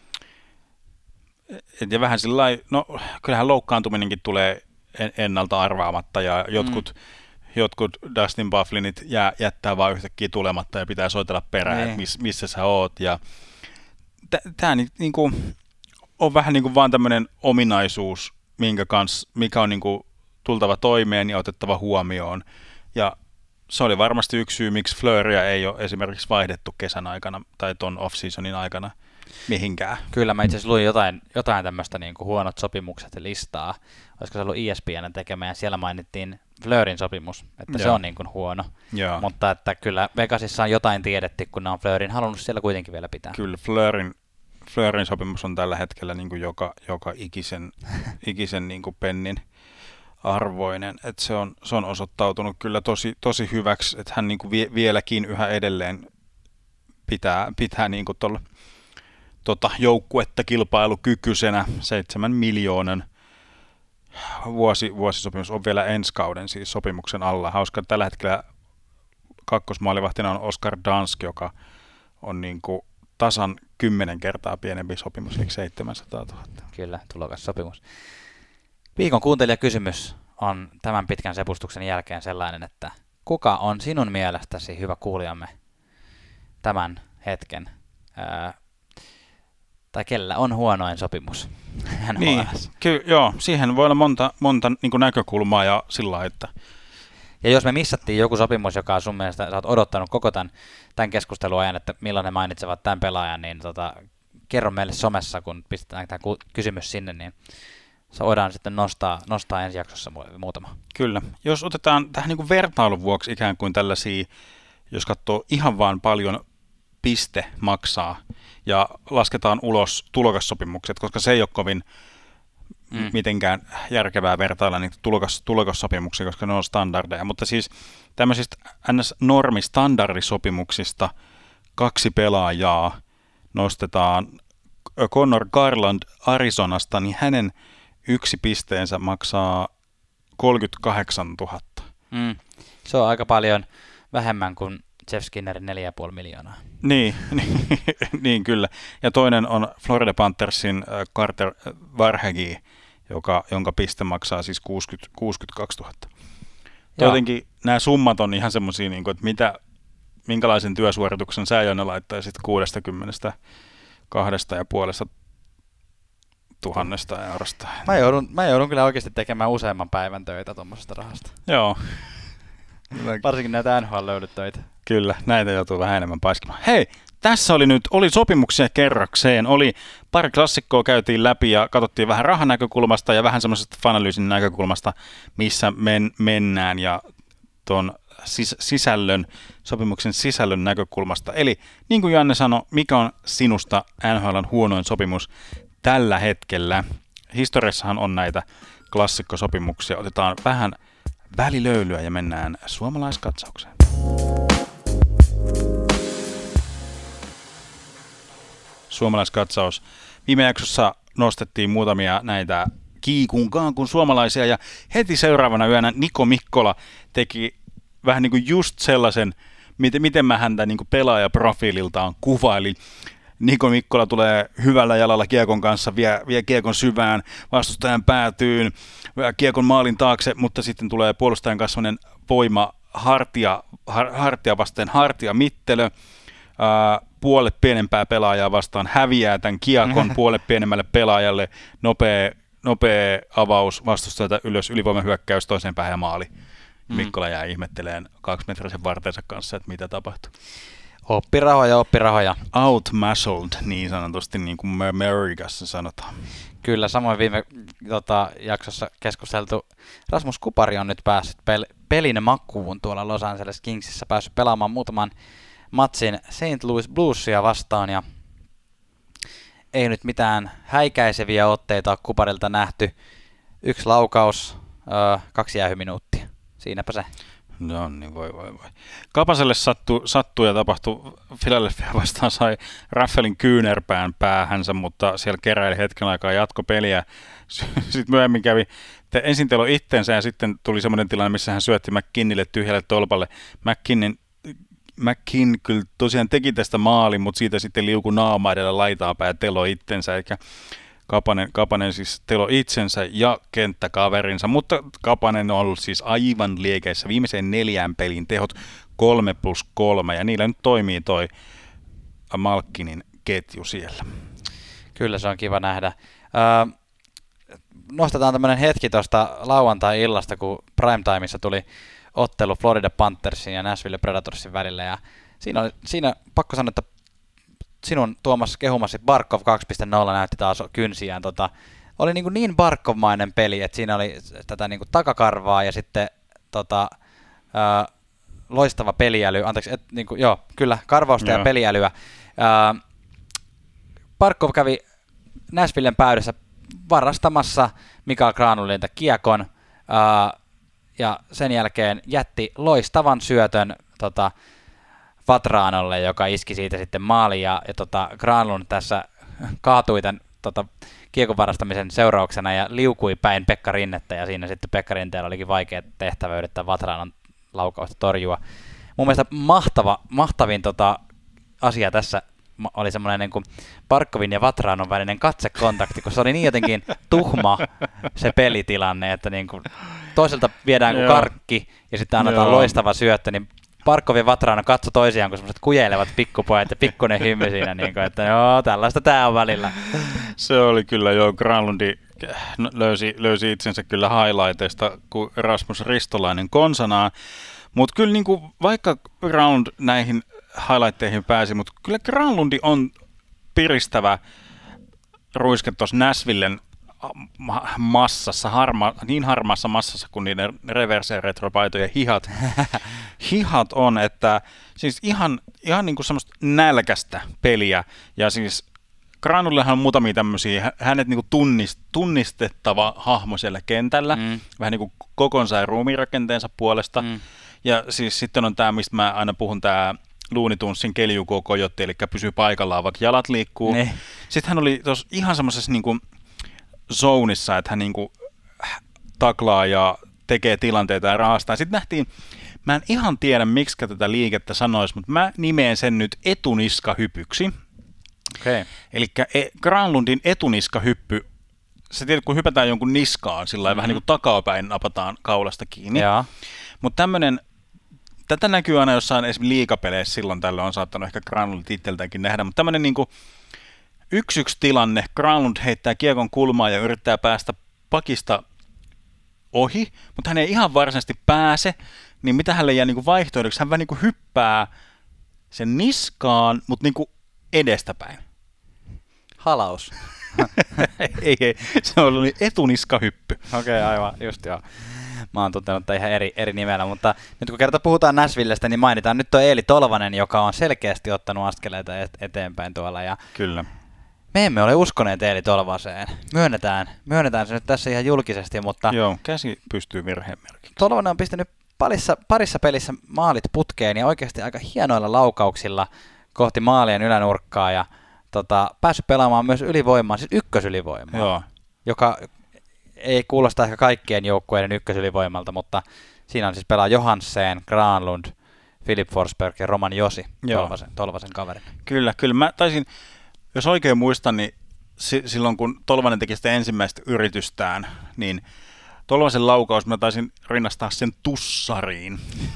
et ja vähän sillai, no kyllähän loukkaantuminenkin tulee ennalta arvaamatta ja jotkut, mm. jotkut Dustin Byfuglienit jää, jättää vaan yhtäkkiä tulematta ja pitää soitella perään, että miss, missä sä oot. Ja tämä niinku on vähän niin kuin vaan tämmöinen ominaisuus, minkä kans, mikä on niin kuin tultava toimeen ja otettava huomioon. Ja se oli varmasti yksi syy, miksi Fleuria ei ole esimerkiksi vaihdettu kesän aikana tai ton off-seasonin aikana mihinkään. Kyllä, mä itse asiassa luin jotain, jotain tämmöistä niin kuin huonot sopimukset listaa. Olisiko se ollut E S P N tekemä, ja siellä mainittiin Fleurin sopimus, että Joo. se on niin kuin huono. Joo. Mutta että kyllä Vegasissa on jotain tiedetty, kun ne on Fleurin halunnut siellä kuitenkin vielä pitää. Kyllä, Fleurin, Fleurin sopimus on tällä hetkellä niin kuin joka, joka ikisen, ikisen niin kuin pennin arvoinen. Että se, on, se on osoittautunut kyllä tosi, tosi hyväksi, että hän niin kuin vie, vieläkin yhä edelleen pitää, pitää niin kuin tuolla tota, joukkuetta kilpailukykyisenä seitsemän miljoonan vuosi, vuosisopimus on vielä ensi kauden siis sopimuksen alla. Hauska, tällä hetkellä kakkosmaalivahtina on Oskar Dansk, joka on niin kuin tasan kymmenen kertaa pienempi sopimus, eli seitsemänsataatuhatta. Kyllä, tulokas sopimus. Viikon kuuntelijakysymys on tämän pitkän sepustuksen jälkeen sellainen, että kuka on sinun mielestäsi, hyvä kuulijamme, tämän hetken, ää, tai kellä on huonoin sopimus? Niin, ky- joo, siihen voi olla monta, monta niin kuin näkökulmaa ja sillä lailla, että... Ja jos me missattiin joku sopimus, joka on sun mielestä, sä oot odottanut koko tämän, tämän keskustelun ajan, että milloin ne mainitsevat tämän pelaajan, niin tota, kerro meille somessa, kun pistetään tämä kysymys sinne, niin se voidaan sitten nostaa, nostaa ensi jaksossa muutama. Kyllä. Jos otetaan tähän niin kuin vertailun vuoksi ikään kuin tällaisia, jos katsoo ihan vaan paljon piste maksaa ja lasketaan ulos tulokassopimukset, koska se ei ole kovin mm. mitenkään järkevää vertailla niitä tulokas, tulokassopimuksia, koska ne on standardeja. Mutta siis tämmöisistä N S-normistandardisopimuksista kaksi pelaajaa nostetaan Connor Garland Arizonasta, niin hänen yksi pisteensä maksaa kolmekymmentäkahdeksantuhatta. Mm. Se on aika paljon vähemmän kuin Jeff Skinnerin neljä pilkku viisi miljoonaa. Niin, niin, niin kyllä. Ja toinen on Florida Panthersin Carter Varhegi, joka, jonka piste maksaa siis kuusikymmentäkaksituhatta. Jotenkin nämä summat on ihan semmoisia, niin että mitä, minkälaisen työsuorituksen sä Jonne laittaisit kuusikymmentä kahdesta ja puolesta tuhannesta eurosta. Mä joudun, mä joudun kyllä oikeasti tekemään useamman päivän töitä tuommoisesta rahasta. Joo. Varsinkin näitä N H L-löydytöitä. Kyllä, näitä joutuu vähän enemmän paiskimaan. Hei, tässä oli nyt, oli sopimuksia kerrakseen, oli pari klassikkoa käytiin läpi ja katsottiin vähän rahan näkökulmasta ja vähän semmoisesta fanalyysin näkökulmasta, missä men, mennään ja tuon sis, sisällön, sopimuksen sisällön näkökulmasta. Eli niin kuin Janne sanoi, mikä on sinusta N H L:n huonoin sopimus tällä hetkellä? Historiassahan on näitä klassikkosopimuksia. Otetaan vähän välilöylyä ja mennään suomalaiskatsaukseen. Suomalaiskatsaus. Viime jaksossa nostettiin muutamia näitä kiikun kaakun suomalaisia ja heti seuraavana yönä Niko Mikkola teki vähän niin kuin just sellaisen, miten, miten mä häntä niin kuin pelaajaprofiililtaan kuvailin. Niko Mikkola tulee hyvällä jalalla kiekon kanssa, vie, vie kiekon syvään, vastustajan päätyyn, kiekon maalin taakse, mutta sitten tulee puolustajan kanssa sellainen voima hartia, har, hartia vasten hartia mittelö, ää, puolet pienempää pelaajaa vastaan häviää tämän kiekon puolet pienemmälle pelaajalle, nopea, nopea avaus vastustajalta ylös, ylivoimahyökkäys toiseen päähän ja maali. Mm. Mikkola jää ihmetteleen kaksimetrisen vartensa kanssa, että mitä tapahtuu. Oppirahoja, oppirahoja. Outmuscled, niin sanotusti, niin kuin Amerikassa sanotaan. Kyllä, samoin viime tota, jaksossa keskusteltu Rasmus Kupari on nyt päässyt pel- pelin makuun tuolla Los Angeles Kingsissä, päässyt pelaamaan muutaman matsin Saint Louis Bluesia vastaan, ja ei nyt mitään häikäiseviä otteita ole Kuparilta nähty. Yksi laukaus, öö, kaksi jäähyminuuttia. Siinäpä se. No niin, voi voi voi. Kapaselle sattui, sattui ja tapahtui, Philadelphia vastaan sai Raffelin kyynärpään päähänsä, mutta siellä keräili hetken aikaa jatkopeliä. Sitten myöhemmin kävi, te, ensin telo itsensä ja sitten tuli semmoinen tilanne, missä hän syötti McKinnille tyhjälle tolpalle. McKinnin, McKinn kyllä tosiaan teki tästä maalin, mutta siitä sitten liukui naama edellä laitaapä ja telo itsensä, eikä Kapanen, Kapanen siis telo itsensä ja kenttäkaverinsa, mutta Kapanen on ollut siis aivan liekeissä viimeiseen neljään pelin tehot kolme plus kolme, ja niillä nyt toimii toi Malkkinin ketju siellä. Kyllä, se on kiva nähdä. Öö, nostetaan tämmöinen hetki tuosta lauantai-illasta, kun primetimeissa tuli ottelu Florida Panthersin ja Nashville Predatorsin välillä, ja siinä, oli, siinä pakko sanoa, että sinun Tuomas kehumasi Barkov kaksi piste nolla näytti taas kynsiään. Tota, oli niin, niin Barkov-mainen peli, että siinä oli tätä niin takakarvaa ja sitten tota, ää, loistava peliäly. Anteeksi, et, niin kuin, joo, kyllä, karvausta joo. ja peliälyä. Ää, Barkov kävi Nashvillen päädyssä varastamassa Mikael Granlundilta kiekon ää, ja sen jälkeen jätti loistavan syötön tota, Vatranolle, joka iski siitä sitten maaliin, ja, ja tota, Granlund tässä kaatui tämän tota, kiekon varastamisen seurauksena ja liukui päin Pekka Rinnettä ja siinä sitten Pekka Rinteellä olikin vaikea tehtävä yrittää Vatranon laukausta torjua. Mun mielestä mahtava, mahtavin tota, asia tässä oli semmoinen niin kuin Barkovin ja Vatranon välinen katsekontakti, kun se oli niin jotenkin tuhma se pelitilanne, että niin kuin toiselta viedään kuin karkki ja sitten annetaan Joo. loistava syöttö, niin Barkov ja Vatrano katsoi toisiaan kuin semmoiset kujeilevat pikkupojat ja pikkuinen hymy siinä, niin kuin, että joo, tällaista tää on välillä. Se oli kyllä jo, Granlundi löysi, löysi itsensä kyllä highlighteista, kun Rasmus Ristolainen konsanaan, mutta kyllä niin kuin, vaikka Granlund näihin highlighteihin pääsi, mutta kyllä Granlundi on piristävä ruiske tuossa Nashvillen massassa, harma, niin harmaassa massassa kuin niiden reverse- ja retropaitojen hihat, hihat on, että siis ihan, ihan niin kuin semmoista nälkästä peliä, ja siis Granlundillehan on muutamia tämmöisiä, hänet niin kuin tunnist, tunnistettava hahmo siellä kentällä, mm. vähän niin kuin kokonsa ja ruumiirakenteensa puolesta, mm. ja siis sitten on tämä, mistä mä aina puhun, tämä Looney Tunesin keljukokojotti, eli pysyy paikallaan, vaikka jalat liikkuu. Ne. Sitten hän oli tuossa ihan semmoisessa niin kuin zoneissa, että hän niin kuin taklaa ja tekee tilanteita ja rahastaa. Sitten nähtiin, mä en ihan tiedä, miksi tätä liikettä sanoisi, mutta mä nimeen sen nyt etuniskahypyksi. Okay. Eli Granlundin etuniskahyppy, se tiedät, kun hypätään jonkun niskaan, sillä mm-hmm. vähän niin kuin takapäin napataan kaulasta kiinni. Mutta tämmöinen, tätä näkyy aina jossain esimerkiksi liigapeleissä, silloin tällöin on saattanut ehkä Granlundit itseltäänkin nähdä, mutta tämmöinen niin kuin yksi yksi tilanne, Granlund heittää kiekon kulmaa ja yrittää päästä pakista ohi, mutta hän ei ihan varsinaisesti pääse, niin mitä hänelle jää niin vaihtoehdoksi? Hän vähän niin kuin hyppää sen niskaan, mutta niin kuin edestäpäin. Halaus. ei, ei, se on ollut etuniskahyppy. Okei, okay, aivan, just joo. Mä oon tuntenut ihan eri, eri nimellä, mutta nyt kun kerta puhutaan Nashvillestä, niin mainitaan nyt tuo Eeli Tolvanen, joka on selkeästi ottanut askeleita eteenpäin tuolla. Ja kyllä. Me emme ole uskoneet Eeli Tolvaseen. Myönnetään, myönnetään se nyt tässä ihan julkisesti, mutta joo, käsi pystyy virhemerkiksi. Tolvanen on pistänyt parissa, parissa pelissä maalit putkeen ja oikeasti aika hienoilla laukauksilla kohti maalien ylänurkkaa ja tota, päässyt pelaamaan myös ylivoimaa, siis ykkösylivoimaa, Joo. joka ei kuulosta ehkä kaikkien joukkueiden ykkösylivoimalta, mutta siinä on siis pelaa Johansen, Granlund, Filip Forsberg ja Roman Josi, Tolvasen, Tolvasen kaverin. Kyllä, kyllä. Mä taisin, jos oikein muistan, niin si- silloin kun Tolvanen teki sitä ensimmäistä yritystään, niin Tolvasen laukaus mä taisin rinnastaa sen tussariin.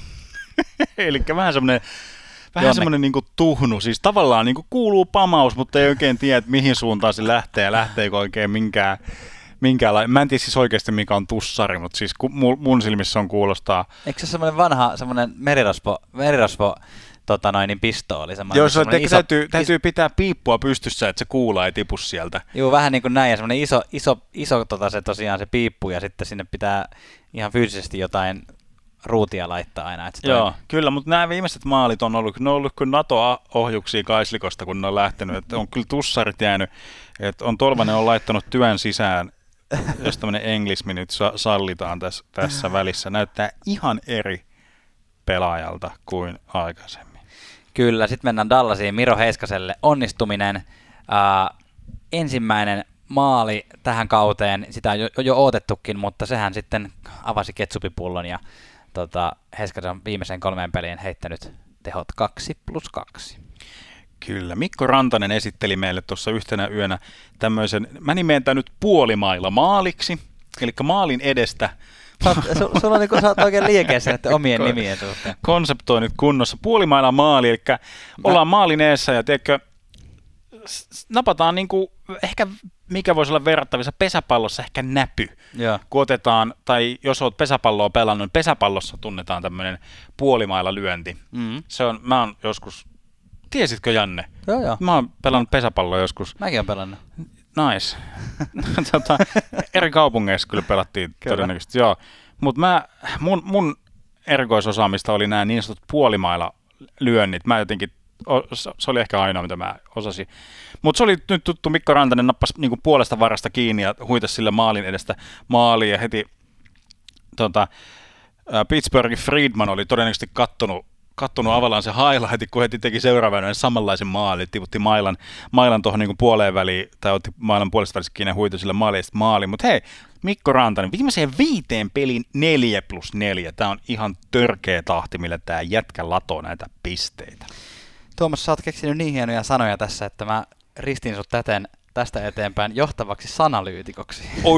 Eli vähän semmoinen vähän semmoinen niinku tuhnu, siis tavallaan niinku kuuluu pamaus, mutta ei oikein tiedä, että mihin suuntaan se lähtee ja lähteekö oikein minkään, minkäänlainen. Mä en tiedä siis oikeasti mikä on tussari, mutta siis mun silmissä on kuulostaa. Eikö se semmoinen vanha, semmoinen merirosvo, merirosvo tota noin, niin pistooli? Joo, se on, iso, täytyy, täytyy pitää piippua pystyssä, että se kuula ei tipu sieltä. Joo, vähän niin kuin näin, ja semmoinen iso, iso, iso tota se tosiaan se piippu, ja sitten sinne pitää ihan fyysisesti jotain ruutia laittaa aina. Että Joo, toimii. Kyllä, mutta nämä viimeiset maalit on ollut, ne on ollut kuin NATO-ohjuksia Kaislikosta, kun ne on lähtenyt, että on kyllä tussarit jäänyt, että on Tolvanen on laittanut työn sisään, jos tämmöinen englismi nyt sallitaan tässä, tässä välissä, näyttää ihan eri pelaajalta kuin aikaisemmin. Kyllä, sitten mennään Dallasiin, Miro Heiskaselle onnistuminen, äh, ensimmäinen maali tähän kauteen, sitä on jo, jo odotettukin, mutta sehän sitten avasi ketsupipullon ja tota, Heiskanen on viimeisen kolmeen peliin heittänyt tehot kaksi plus kaksi. Kyllä, Mikko Rantanen esitteli meille tuossa yhtenä yönä tämmöisen, mä nimeen tämän nyt puolimailla maaliksi, eli maalin edestä. Su, sulla on niin kuin, sä oot oikein liikeessä näiden omien nimien suhteen. Konseptoinnit kunnossa, puolimailla maali, eli ollaan maalin eessä ja tiedätkö, napataan niin kuin, ehkä mikä voisi olla verrattavissa pesäpallossa ehkä näpy, Joo. kun otetaan, tai jos olet pesäpalloa pelannut, niin pesäpallossa tunnetaan tämmöinen puolimailla lyönti. Mm-hmm. Se on, mä oon joskus, tiesitkö Janne? Joo, joo. Mä oon pelannut pesäpalloa joskus. Mäkin oon pelannut. Nice. tota, eri kaupungeissa kyllä pelattiin kyllä. Todennäköisesti, joo. Mutta mä, mun, mun erikoisosaamista oli nämä niin sanotut puolimailla lyönnit. Mä jotenkin, se oli ehkä ainoa, mitä mä osasin. Mutta se oli nyt tuttu, Mikko Rantanen nappasi niinku puolesta varasta kiinni ja huitasi sille maalin edestä maaliin ja heti tota, Pittsburghin Friedman oli todennäköisesti kattonut, kattonut avallaan se highlighti, kun heti teki seuraavana samanlaisen maalin, tiputti mailan, mailan tuohon niin puoleen väliin, tai otti mailan puolesta välissä kiinni ja huitui sille maalista maaliin. Mutta hei, Mikko Rantanen, viimeiseen viiteen pelin neljä plus neljä. Tämä on ihan törkeä tahti, millä tämä jätkä latoo näitä pisteitä. Tuomas, sä oot keksinyt niin hienoja sanoja tässä, että mä ristin sut täten tästä eteenpäin johtavaksi sanalyytikoksi. Oi,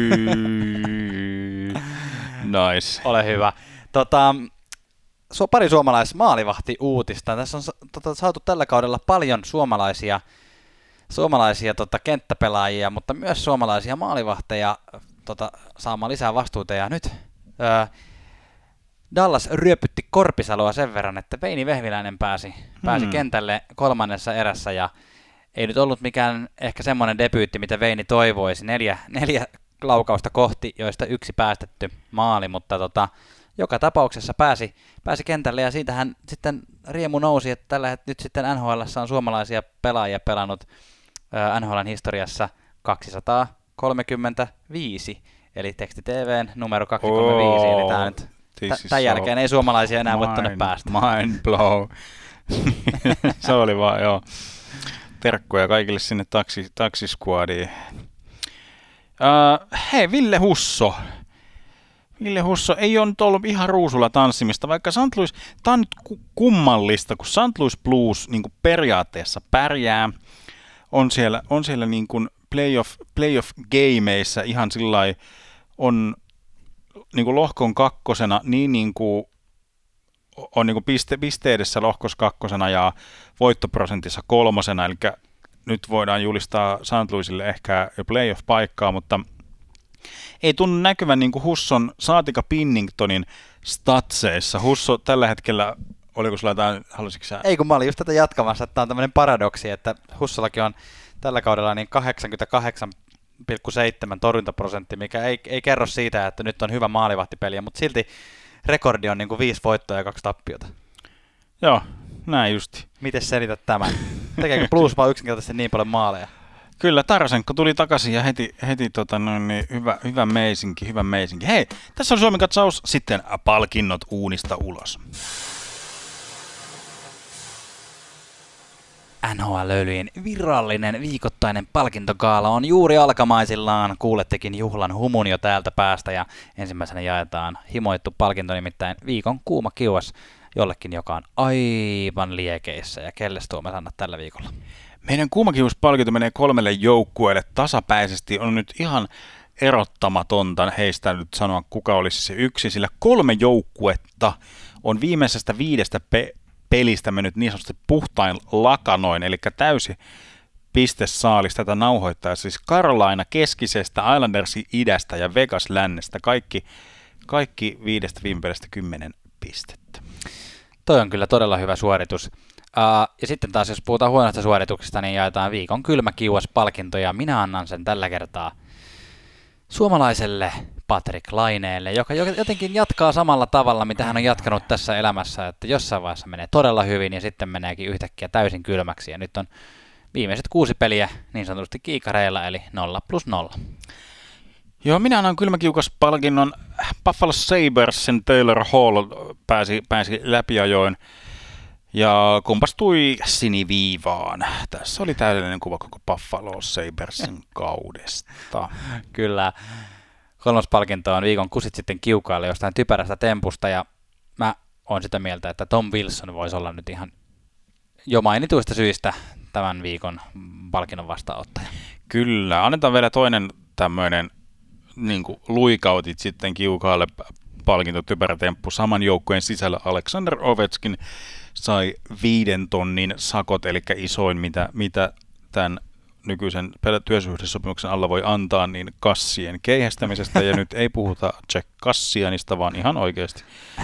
nice. Ole hyvä. Tota, su- pari suomalaismaalivahti-uutista. Tässä on tota, saatu tällä kaudella paljon suomalaisia, suomalaisia tota, kenttäpelaajia, mutta myös suomalaisia maalivahteja tota, saamaan lisää vastuuta. Ja nyt öö, Dallas ryöpytti Korpisaloa sen verran, että Veini Vehviläinen pääsi, pääsi hmm. kentälle kolmannessa erässä ja ei nyt ollut mikään ehkä semmoinen debyytti, mitä Veini toivoisi. Neljä, neljä laukausta kohti, joista yksi päästetty maali, mutta tota, joka tapauksessa pääsi, pääsi kentälle ja siitähän sitten riemu nousi, että tällä hetkellä nyt sitten N H L:ssä on suomalaisia pelaajia pelannut ää, N H L:n historiassa kaksisataakolmekymmentäviisi, eli Teksti T V:n numero kaksisataakolmekymmentäviisi, oh, eli tämä nyt t- tämän jälkeen ei suomalaisia enää voi tonne päästä. Mind blow. Se oli vaan, joo. Terkkuja kaikille sinne taksi, taksiskuadiin. Uh, hei, Ville Husso. Ville Husso ei ole nyt ollut ihan ruusulla tanssimista, vaikka Saint Louis, tämä on nyt kummallista, kun Saint Louis Blues niin kuin periaatteessa pärjää, on siellä, on siellä niin kuin playoff, playoff-gameissa ihan sillai, on niin kuin lohkon kakkosena, niin, niin kuin on niin kuin piste, pisteedessä lohkos kakkosena ja voittoprosentissa kolmosena, eli nyt voidaan julistaa Saint Louisille ehkä jo playoff-paikkaa, mutta ei tunnu näkyvän niin kuin Husson saatika Pinningtonin statseissa. Husso tällä hetkellä, oliko sulla jotain, halusitko sä? Ei kun mä olin just tätä jatkamassa, että tämä on tämmöinen paradoksi, että Hussollakin on tällä kaudella niin kahdeksankymmentäkahdeksan pilkku seitsemän torjuntaprosentti, mikä ei, ei kerro siitä, että nyt on hyvä maalivahtipeliä, mutta silti rekordi on niin kuin viisi voittoa ja kaksi tappiota. Joo, näin justi. Miten selität tämän? Tekeekö Blues vaan yksinkertaisesti niin paljon maaleja? Kyllä, Tarasenko tuli takaisin ja heti, heti tota, noin, niin hyvä, hyvä meisinki, hyvä meisinki. Hei, tässä on Suomen katsaus, sitten palkinnot uunista ulos. N H L-löylyjen virallinen viikoittainen palkintogaala on juuri alkamaisillaan. Kuulettekin juhlan humun jo täältä päästä ja ensimmäisenä jaetaan himoittu palkinto, nimittäin viikon kuuma kiuas jollekin, joka on aivan liekeissä. Ja kelle Tuomas annat tällä viikolla? Meidän kuumakiuspalkinto menee kolmelle joukkueelle tasapäisesti. On nyt ihan erottamatonta heistä nyt sanoa, kuka olisi se yksi, sillä kolme joukkuetta on viimeisestä viidestä pe- pelistä mennyt niin sanotusti puhtain lakanoin, eli täysi pistesaalis tätä nauhoittaa. Siis Carolina keskisestä, Islandersin idästä ja Vegas lännestä. Kaikki, kaikki viidestä viime pelistä kymmenen pistettä. Toi on kyllä todella hyvä suoritus. Uh, ja sitten taas, jos puhutaan huonosta suorituksesta, niin jaetaan viikon kylmä kiuas palkinto, ja minä annan sen tällä kertaa suomalaiselle Patrik Laineelle, joka jotenkin jatkaa samalla tavalla, mitä hän on jatkanut tässä elämässä, että jossain vaiheessa menee todella hyvin ja sitten meneekin yhtäkkiä täysin kylmäksi, ja nyt on viimeiset kuusi peliä niin sanotusti kiikareilla, eli nolla plus nolla. Joo, minä annan kylmäkiukas palkinnon. Buffalo Sabersin Taylor Hall pääsi, pääsi läpiajoin ja kompastui siniviivaan. Tässä oli täydellinen kuva koko Buffalo Sabersin kaudesta. Kyllä. Kolmas palkinto on viikon kusit sitten kiukaille jostain typerästä tempusta, ja mä oon sitä mieltä, että Tom Wilson voisi olla nyt ihan jo mainituista syistä tämän viikon palkinnon vastaanottaja. Kyllä, annetaan vielä toinen tämmöinen niin kuin luikautit sitten kiukaalle palkinto typerä temppu. Saman joukkueen sisällä Alexander Ovechkin sai viiden tonnin sakot, eli isoin mitä, mitä tämän nykyisen työsuhdesopimuksen alla voi antaa, niin kassien keihästämisestä, ja nyt ei puhuta Jack Kassianista, vaan ihan oikeasti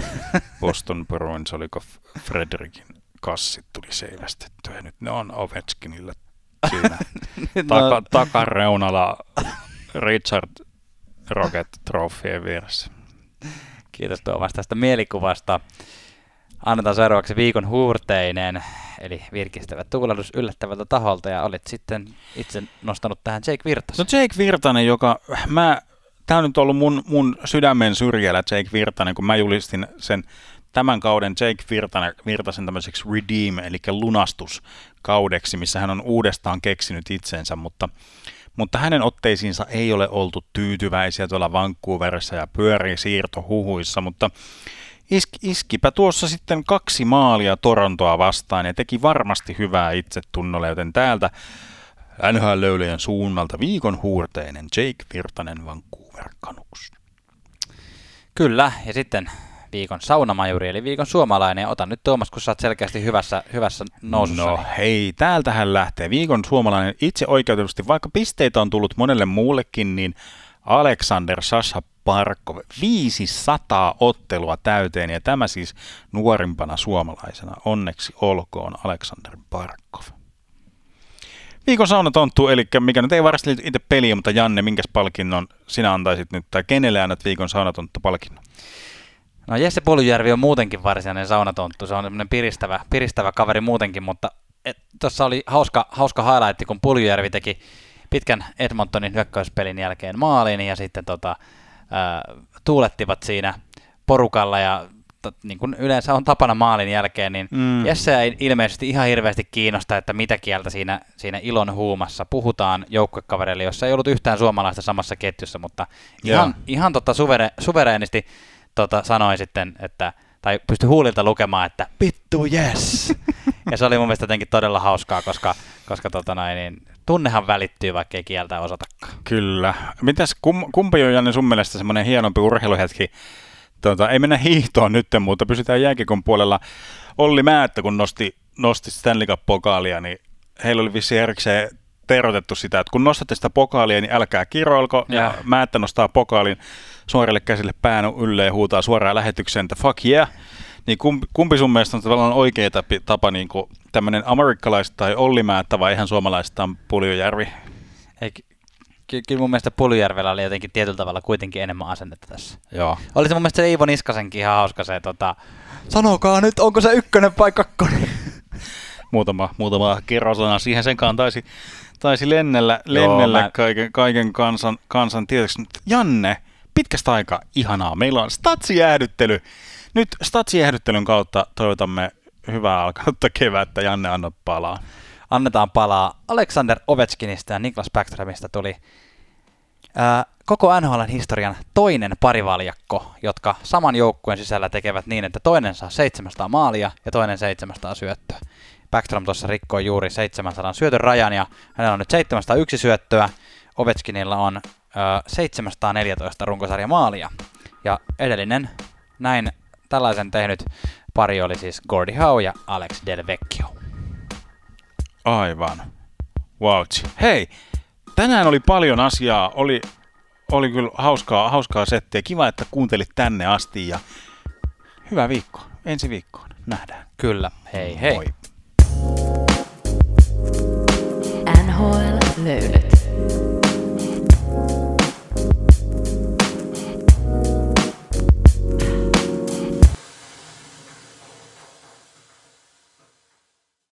Boston Bruins, oliko Frederikin kassit tuli seivästettyä, ja nyt ne on Ovechkinilla siinä taka, takareunalla Richard Rocket Trophyen vieressä. Kiitos Tuomas tästä mielikuvasta. Annetaan seuraavaksi viikon huurteinen, eli virkistävä tuulahdus yllättävältä taholta, ja olit sitten itse nostanut tähän Jake Virtasen. No Jake Virtanen, joka, mä, tää on nyt ollut mun, mun sydämen syrjällä Jake Virtanen, kun mä julistin sen tämän kauden Jake Virtanen, Virtasen tämmöiseksi redeem, eli lunastuskaudeksi, missä hän on uudestaan keksinyt itsensä, mutta, mutta hänen otteisiinsa ei ole oltu tyytyväisiä tuolla Vancouverissa ja pyörii siirtohuhuissa, mutta iski, iskipä tuossa sitten kaksi maalia Torontoa vastaan ja teki varmasti hyvää itsetunnolle, joten täältä N H L-löylyjen suunnalta viikon huurteinen Jake Virtanen Vancouver Canucks. Kyllä, ja sitten viikon saunamajuri, eli viikon suomalainen. Ota nyt Tuomas, kun sä oot selkeästi hyvässä, hyvässä nousussa. No hei, täältähän lähtee viikon suomalainen itse oikeutetusti, vaikka pisteitä on tullut monelle muullekin, niin Alexander Sasha Barkov, viisisataa ottelua täyteen, ja tämä siis nuorimpana suomalaisena. Onneksi olkoon Alexander Barkov. Viikon saunatonttu, eli mikä nyt ei varmasti itse peliä, mutta Janne, minkäs palkinnon sinä antaisit nyt, tai kenelle annat viikon saunatonttu-palkinnon? No Jesse Puljujärvi on muutenkin varsinainen saunatonttu, se on semmoinen piristävä, piristävä kaveri muutenkin, mutta tuossa oli hauska, hauska highlight, kun Puljujärvi teki pitkän Edmontonin hyökkäyspelin jälkeen maalin, ja sitten tota, ää, tuulettivat siinä porukalla, ja niin kuin yleensä on tapana maalin jälkeen, niin mm. Jesse ei ilmeisesti ihan hirveästi kiinnosta, että mitä kieltä siinä, siinä ilon huumassa puhutaan joukkuekavereille, jossa ei ollut yhtään suomalaista samassa ketjussa, mutta ihan, yeah. ihan tota suvere, suvereenisti tota sanoi sitten, että, tai pystyi huulilta lukemaan, että vittu yes! Ja se oli mun mielestä jotenkin todella hauskaa, koska, koska tota noin, niin tunnehan välittyy, vaikka ei kieltä osatakaan. Kyllä. Mitäs, kum, kumpi on, Janne, sun mielestä semmoinen hienompi urheiluhetki? Tuota, ei mennä hiihtoon nyt, mutta pysytään jääkiekon puolella. Olli Määttä, kun nosti, nosti Stanley Cup-pokaalia, niin heillä oli vissiin erikseen terotettu sitä, että kun nostatte sitä pokaalia, niin älkää kiroilko. Ja, ja Määttä nostaa pokaalin suorille käsille pään ylle ja huutaa suoraan lähetykseen, että fuck yeah. Niin kumpi, kumpi sun mielestä on tavallaan oikea tapa, niin kuin tämmöinen amerikkalaista tai Olli Määttä vai ihan suomalaista Puljujärvi? Ei, ky- kyllä mun mielestä Puljujärvellä oli jotenkin tietyllä tavalla kuitenkin enemmän asennetta tässä. Joo. Oli se mun mielestä se Iivo Niskasenkin ihan hauska se, tota, sanokaa nyt, onko se ykkönen vai kakkonen? muutama, muutama kerrosana siihen senkaan taisi, taisi lennellä, lennellä Joo, mä... kaiken, kaiken kansan, kansan tietysti. Janne, pitkästä aikaa ihanaa. Meillä on statsijäähdyttely. Nyt statsijäähdyttelyn kautta toivotamme hyvää alkanutta kevättä. Janne, anna palaa. Annetaan palaa. Alexander Ovechkinista ja Niklas Backstromista tuli ää, koko N H L:n historian toinen parivaljakko, jotka saman joukkueen sisällä tekevät niin, että toinen saa seitsemänsataa maalia ja toinen seitsemänsataa syöttöä. Backstrom tuossa rikkoi juuri seitsemänsadan syötön rajan ja hänellä on nyt seitsemänsataayksi syöttöä. Ovechkinilla on ää, seitsemänsataaneljätoista runkosarja maalia. Ja edellinen näin tällaisen tehnyt pari oli siis Gordie Howe ja Alex Delvecchio. Aivan. Wow. Hei, tänään oli paljon asiaa. Oli, oli kyllä hauskaa, hauskaa settiä. Kiva, että kuuntelit tänne asti ja hyvää viikkoa. Ensi viikkoon. Nähdään. Kyllä. Hei hei. Moi. N H L-löydöt.